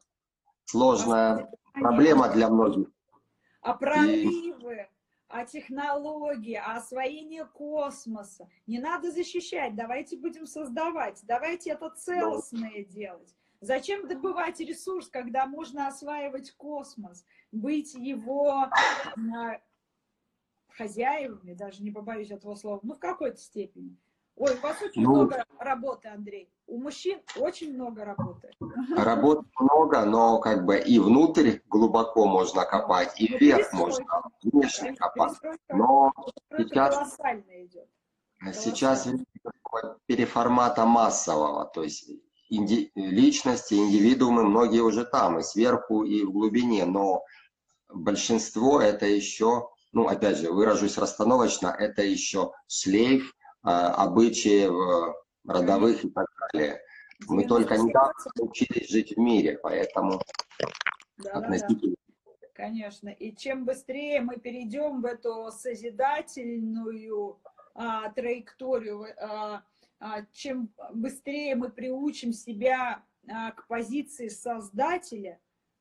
а сложная созидание, проблема для многих. а И прорывы, а технологии, а освоение космоса. Не надо защищать, давайте будем создавать, давайте это ну, целостное делать. Зачем добывать ресурс, когда можно осваивать космос, быть его а, хозяевами, даже не побоюсь этого слова, ну в какой-то степени. Ой, у вас очень ну, много работы, Андрей. У мужчин очень много работы. работы много, но как бы и внутрь глубоко можно Да. копать, и Ну, вверх можно перестройка. внешне Конечно, копать. перестройка, Но перестройка сейчас, колоссальная идет. сейчас Колоссальная. такого переформата массового, то есть инди, личности, индивидуумы, многие уже там, и сверху, и в глубине, но большинство это еще, ну опять же, выражусь расстановочно, это еще шлейф э, обычаев родовых и так далее. Мы только недавно научились жить в мире, поэтому Да, да, да. относительно. Конечно. И чем быстрее мы перейдем в эту созидательную а, траекторию, а, а, чем быстрее мы приучим себя а, к позиции создателя,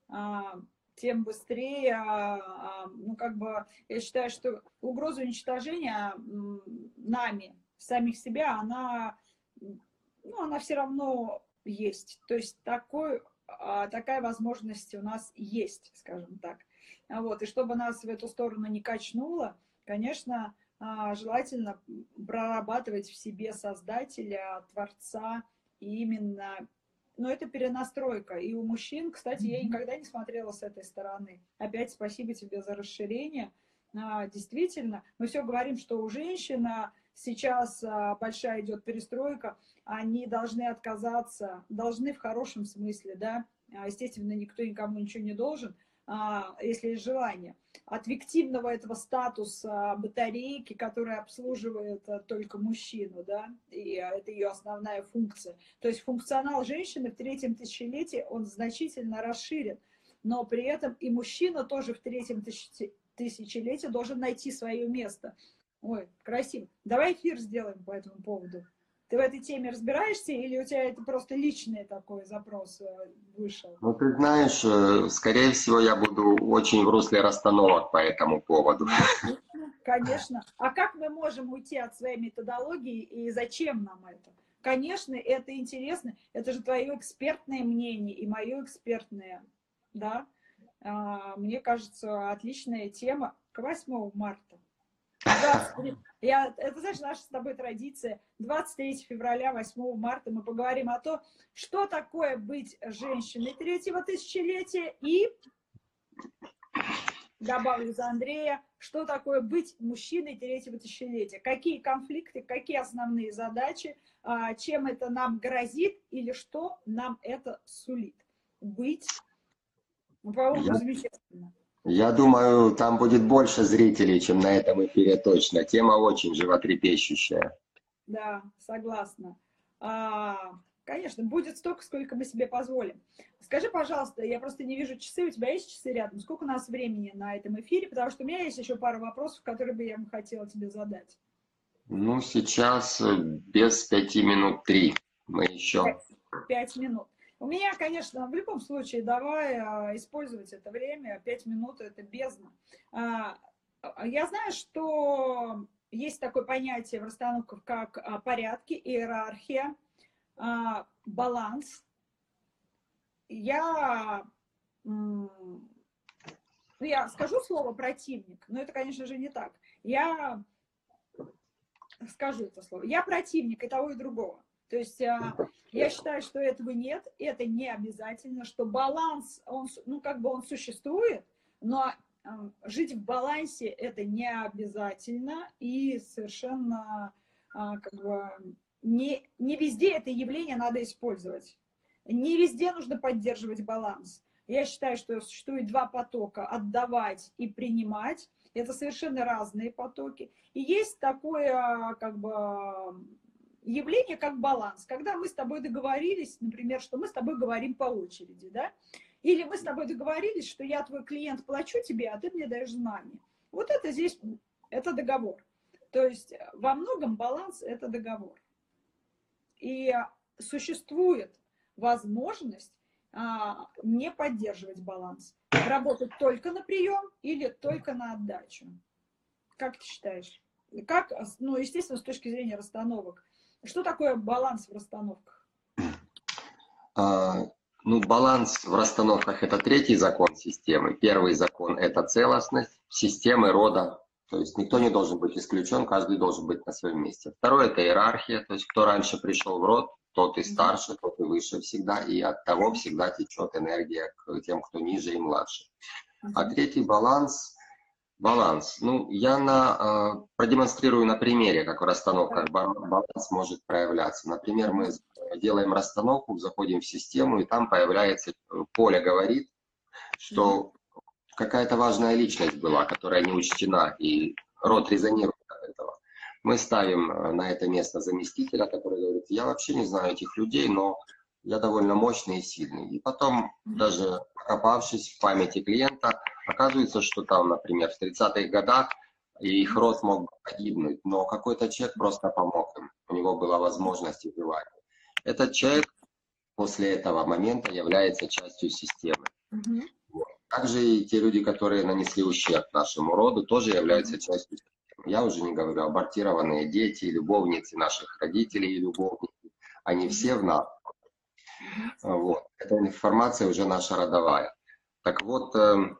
а, тем быстрее, а, а, ну как бы, я считаю, что угроза уничтожения м, нами, самих себя, она, ну, она все равно есть. То есть такой а, такая возможность у нас есть, скажем так. Вот. И чтобы нас в эту сторону не качнуло, конечно, а, желательно прорабатывать в себе создателя, творца, и именно, ну, это перенастройка. И у мужчин, кстати, я никогда не смотрела с этой стороны. Опять спасибо тебе за расширение. А, действительно, мы все говорим, что у женщины сейчас а, большая идет перестройка, они должны отказаться, должны в хорошем смысле, да, естественно, никто никому ничего не должен, если есть желание, от фиктивного этого статуса батарейки, которая обслуживает только мужчину, да, и это ее основная функция. То есть функционал женщины в третьем тысячелетии, он значительно расширен, но при этом и мужчина тоже в третьем тысячелетии должен найти свое место. Ой, красиво. Давай эфир сделаем по этому поводу. Ты в этой теме разбираешься или у тебя это просто личный такой запрос вышел? Ну, ты знаешь, скорее всего, я буду очень в русле расстановок по этому поводу. Конечно. А как мы можем уйти от своей методологии и зачем нам это? Конечно, это интересно. Это же твое экспертное мнение и мое экспертное. Да? Мне кажется, отличная тема к восьмому марта. двадцать, я, это, знаешь, наша с тобой традиция. двадцать третьего февраля, восьмого марта мы поговорим о том, что такое быть женщиной третьего тысячелетия и, добавлю за Андрея, что такое быть мужчиной третьего тысячелетия. Какие конфликты, какие основные задачи, чем это нам грозит или что нам это сулит. Быть, ну, по-моему, замечательно. Я думаю, там будет больше зрителей, чем на этом эфире точно. Тема очень животрепещущая. Да, согласна. А, конечно, будет столько, сколько мы себе позволим. Скажи, пожалуйста, я просто не вижу часы, у тебя есть часы рядом? Сколько у нас времени на этом эфире? Потому что у меня есть еще пара вопросов, которые бы я хотела тебе задать. Ну, сейчас без пяти минут три. Мы еще... Пять, пять минут. У меня, конечно, в любом случае, давай а, использовать это время. Пять минут – это бездна. А, я знаю, что есть такое понятие в расстановках, как а, порядки, иерархия, а, баланс. Я, ну, я скажу слово «противник», но это, конечно же, не так. Я скажу это слово. Я противник и того, и другого. То есть я считаю, что этого нет, это не обязательно, что баланс, он, ну, как бы он существует, но жить в балансе это не обязательно и совершенно как бы не, не везде это явление надо использовать. Не везде нужно поддерживать баланс. Я считаю, что существует два потока – отдавать и принимать. Это совершенно разные потоки. И есть такое как бы явление, как баланс. Когда мы с тобой договорились, например, что мы с тобой говорим по очереди, да? Или мы с тобой договорились, что я твой клиент, плачу тебе, а ты мне даешь знания. Вот это здесь, это договор. То есть во многом баланс – это договор. И существует возможность а, не поддерживать баланс. Работать только на прием или только на отдачу. Как ты считаешь? Как, ну, естественно, с точки зрения расстановок. Что такое баланс в расстановках? А, ну, баланс в расстановках – это третий закон системы. Первый закон – это целостность системы рода. То есть никто не должен быть исключен, каждый должен быть на своем месте. Второе – это иерархия. То есть кто раньше пришел в род, тот и старше, тот и выше всегда. И от того всегда течет энергия к тем, кто ниже и младше. А третий баланс – баланс. Ну, я на, э, продемонстрирую на примере, как в расстановках баланс может проявляться. Например, мы делаем расстановку, заходим в систему, и там появляется, поле говорит, что какая-то важная личность была, которая не учтена, и род резонирует от этого. Мы ставим на это место заместителя, который говорит, я вообще не знаю этих людей, но я довольно мощный и сильный. И потом, даже покопавшись в памяти клиента, оказывается, что там, например, в тридцатых годах их род мог погибнуть, но какой-то человек просто помог им. У него была возможность и желание. Этот человек после этого момента является частью системы. Вот. Также и те люди, которые нанесли ущерб нашему роду, тоже являются частью системы. Я уже не говорю, абортированные дети, любовницы наших родителей и любовницы. Они все в нас. Вот. Эта информация уже наша родовая. Так вот, э,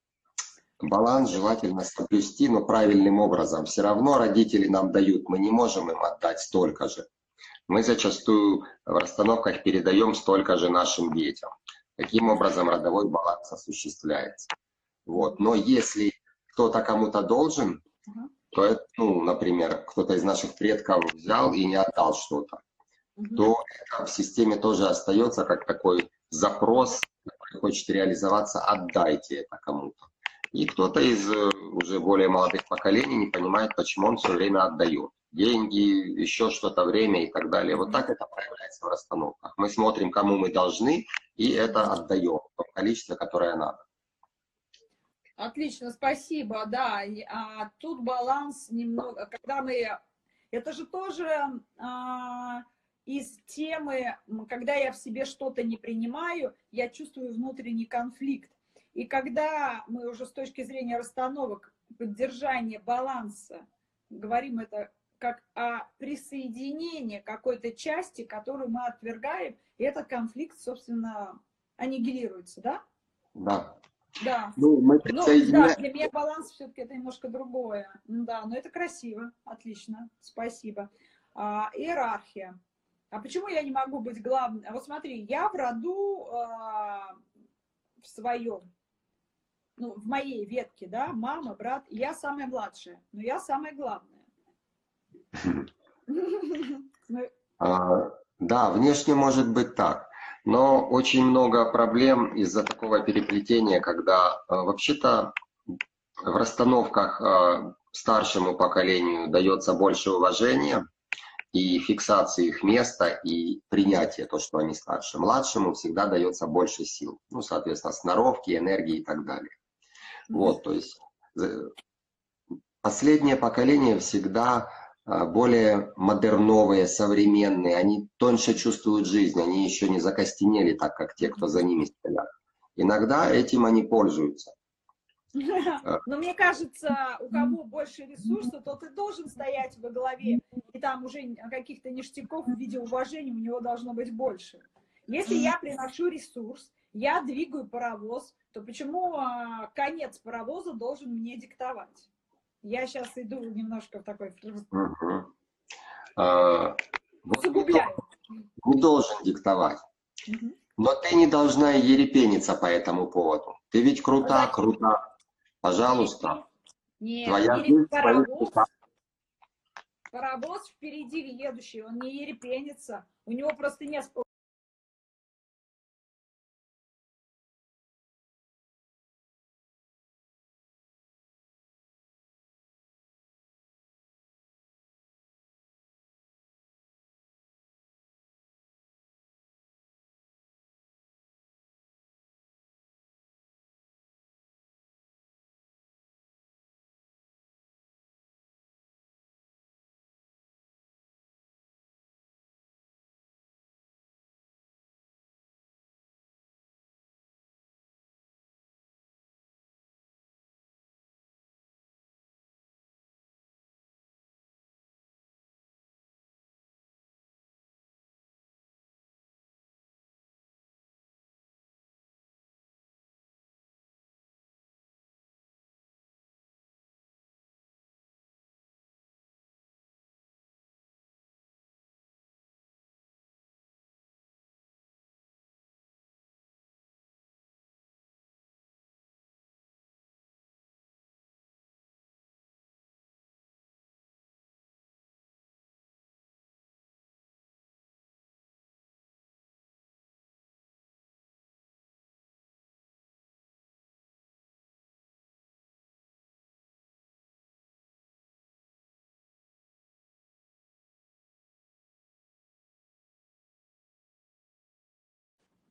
баланс желательно соблюсти, но правильным образом. Все равно родители нам дают, мы не можем им отдать столько же. Мы зачастую в расстановках передаем столько же нашим детям. Таким образом родовой баланс осуществляется. Вот. Но если кто-то кому-то должен, то это, ну, например, кто-то из наших предков взял и не отдал что-то, то это в системе тоже остается как такой запрос, который хочет реализоваться, отдайте это кому-то. И кто-то из уже более молодых поколений не понимает, почему он все время отдает. Деньги, еще что-то, время и так далее. Вот так это проявляется в расстановках. Мы смотрим, кому мы должны, и это отдаем в том количестве, которое надо. Отлично, спасибо, да. А тут баланс немного, когда мы... Это же тоже а, из темы, когда я в себе что-то не принимаю, я чувствую внутренний конфликт. И когда мы уже с точки зрения расстановок, поддержания баланса, говорим это как о присоединении какой-то части, которую мы отвергаем, и этот конфликт, собственно, аннигилируется, да? Да. Да. Ну, мы Ну, присоединяем... да, для меня баланс все-таки это немножко другое. Да, но это красиво, отлично, спасибо. А, иерархия. А почему я не могу быть главной? Вот смотри, я в роду а, в своем, ну, в моей ветке, да, мама, брат, я самая младшая, но я самая главная. А, да, внешне может быть так, но очень много проблем из-за такого переплетения, когда а, вообще-то в расстановках а, старшему поколению дается больше уважения и фиксации их места и принятия, то, что они старше. Младшему всегда дается больше сил, ну, соответственно, сноровки, энергии и так далее. Вот, то есть последнее поколение всегда более модерновые, современные, они тоньше чувствуют жизнь, они еще не закостенели так, как те, кто за ними стоят. Иногда этим они пользуются. Но мне кажется, у кого больше ресурсов, тот и должен стоять во главе, и там уже каких-то ништяков в виде уважения у него должно быть больше. Если я приношу ресурс, я двигаю паровоз, то почему а, конец паровоза должен мне диктовать? Я сейчас иду немножко в такой... Угу. А, усугубляю. Не должен диктовать. Угу. Но ты не должна ерепениться по этому поводу. Ты ведь крута, а крута. Пожалуйста. Нет, твоя не жизнь, паровоз, паровоз впереди едущий, он не ерепенится. У него просто нет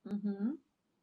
Угу.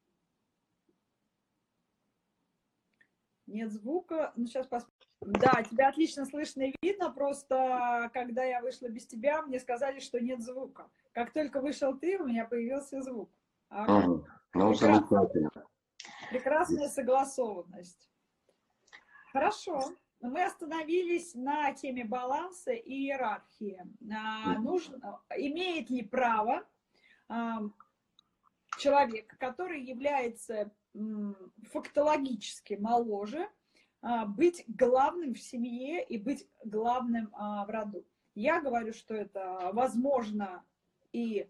Нет звука. Ну, сейчас посмотрим. Да, тебя отлично слышно и видно, просто когда я вышла без тебя, мне сказали, что нет звука. Как только вышел ты, у меня появился звук. Ага. Угу. Ну, Прекрасно. замечательно. Прекрасная согласованность. Хорошо. Мы остановились на теме баланса и иерархии. А, нужно, имеет ли право а, человек, который является м, фактологически моложе, а, быть главным в семье и быть главным а, в роду? Я говорю, что это возможно, и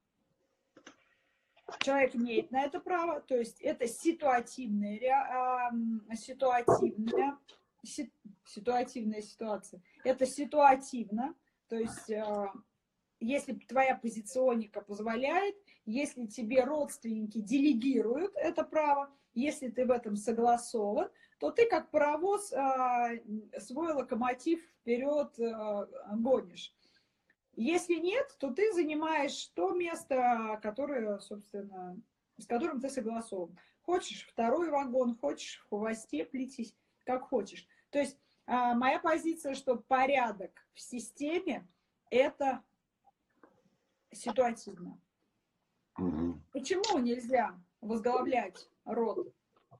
человек имеет на это право, то есть это ситуативная, а, ситуативная, си, ситуативная ситуация. Это ситуативно, то есть а, если твоя позиционика позволяет, если тебе родственники делегируют это право, если ты в этом согласован, то ты как паровоз а, свой локомотив вперед а, гонишь. Если нет, то ты занимаешь то место, которое, собственно, с которым ты согласован. Хочешь второй вагон, хочешь в хвосте плетись, как хочешь. То есть а, моя позиция, что порядок в системе – это ситуативно. Угу. Почему нельзя возглавлять род?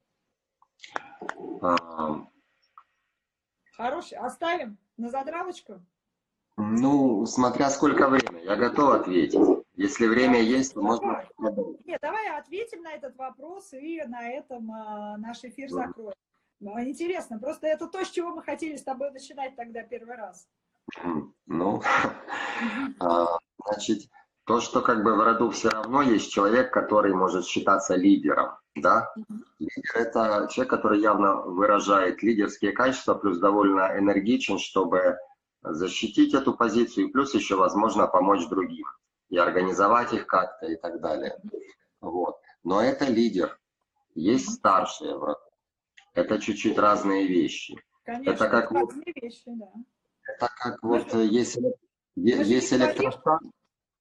А, Хороший. Оставим на затравочку? ну, смотря сколько времени, я готов ответить. Если время Да, есть, то можно... Нет, давай ответим на этот вопрос и на этом а, наш эфир закроем. Ну, интересно, просто это то, с чего мы хотели с тобой начинать тогда первый раз. Ну, значит, то, что как бы в роду все равно есть человек, который может считаться лидером, да? Лидер – это человек, который явно выражает лидерские качества, плюс довольно энергичен, чтобы защитить эту позицию, и плюс еще, возможно, помочь другим и организовать их как-то и так далее. Вот. Но это лидер. Есть старшие в роду. Это чуть-чуть разные вещи. Конечно, это как разные вот, вещи, да. это как Мы вот же, есть, мы есть электростанция,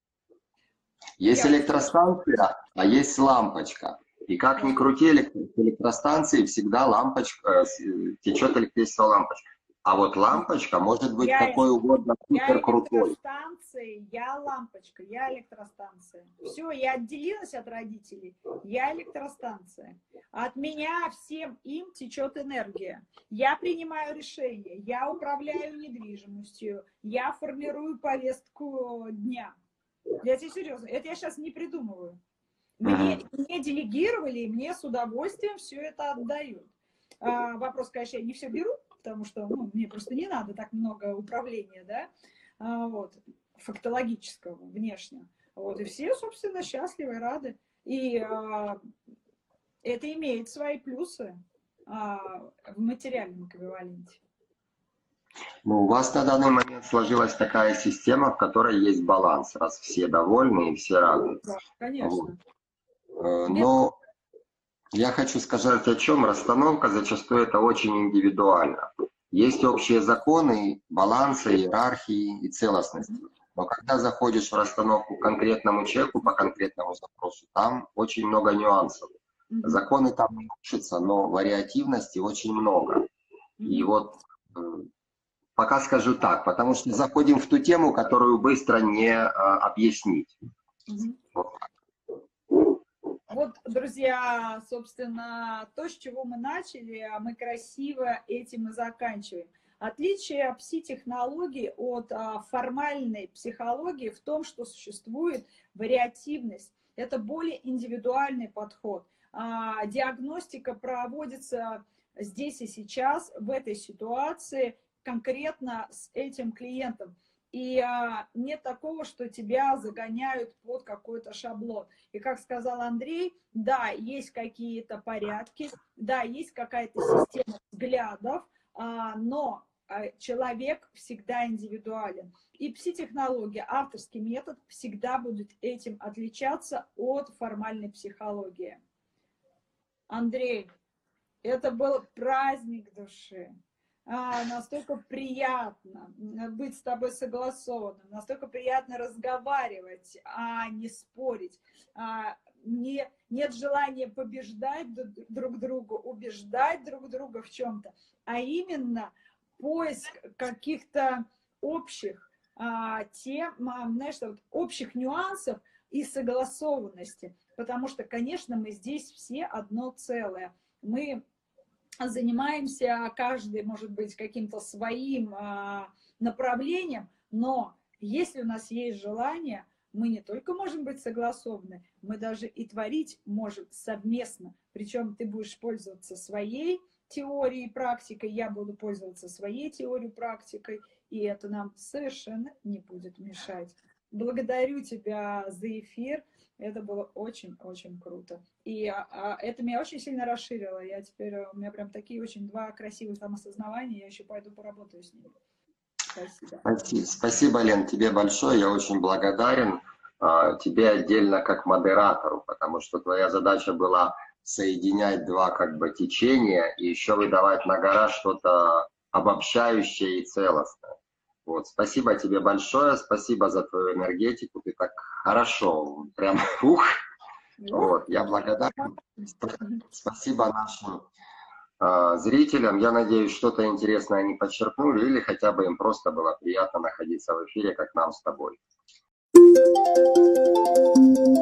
есть Я электростанция, а есть лампочка. И как ни крути, электро- электростанции всегда лампочка, э, течет электричество лампочка. А вот лампочка может быть Я- какой угодно Я супер крутой. электростанция, я лампочка, я электростанция. Все, я отделилась от родителей, я электростанция. От меня всем им течет энергия. Я принимаю решения, я управляю недвижимостью, я формирую повестку дня. Я тебе серьезно, это я сейчас не придумываю. Мне, мне делегировали, и мне с удовольствием все это отдают. А, вопрос, конечно, я не все беру, потому что ну, мне просто не надо так много управления, да, а, вот, фактологического, внешнего. Вот, и все, собственно, счастливы, рады. И а, это имеет свои плюсы а, в материальном эквиваленте. Ну, у вас на данный момент сложилась такая система, в которой есть баланс, раз все довольны и все рады. Да, конечно. Вот. Но я хочу сказать о чем. Расстановка зачастую это очень индивидуально. Есть общие законы, баланса, иерархии и целостности. Но когда заходишь в расстановку к конкретному человеку по конкретному запросу, там очень много нюансов. Законы там не рушатся, но вариативности очень много. И вот пока скажу так, потому что заходим в ту тему, которую быстро не а, объяснить. Вот. Вот, друзья, собственно, то, с чего мы начали, а мы красиво этим и заканчиваем. Отличие пси-технологий от а, формальной психологии в том, что существует вариативность. Это более индивидуальный подход. А, диагностика проводится здесь и сейчас, в этой ситуации, конкретно с этим клиентом. И а, нет такого, что тебя загоняют под какой-то шаблон. И как сказал Андрей, да, есть какие-то порядки, да, есть какая-то система взглядов, а, но а, человек всегда индивидуален. И пси-технология, авторский метод всегда будет этим отличаться от формальной психологии. Андрей, это был праздник души. А, настолько приятно быть с тобой согласованным, настолько приятно разговаривать, а не спорить. А, не, нет желания побеждать друг друга, убеждать друг друга в чем-то, а именно поиск каких-то общих а, тем, а, знаешь, вот, общих нюансов и согласованности. Потому что, конечно, мы здесь все одно целое. Мы занимаемся, каждый, может быть, каким-то своим а, направлением, но если у нас есть желание, мы не только можем быть согласованы, мы даже и творить можем совместно. Причем ты будешь пользоваться своей теорией, практикой, я буду пользоваться своей теорией, практикой, и это нам совершенно не будет мешать. Благодарю тебя за эфир. Это было очень-очень круто. И а, это меня очень сильно расширило. Я теперь, у меня прям такие очень два красивых там осознавания. Я еще пойду поработаю с ними. Спасибо. Спасибо, спасибо, Лен, тебе большое. Я очень благодарен а, тебе отдельно как модератору, потому что твоя задача была соединять два как бы течения и еще выдавать на гора что-то обобщающее и целостное. Вот, спасибо тебе большое, спасибо за твою энергетику, ты так хорошо, прям ух. Вот, я благодарен. Спасибо нашим э, зрителям. Я надеюсь, что-то интересное они подчеркнули или хотя бы им просто было приятно находиться в эфире, как нам с тобой.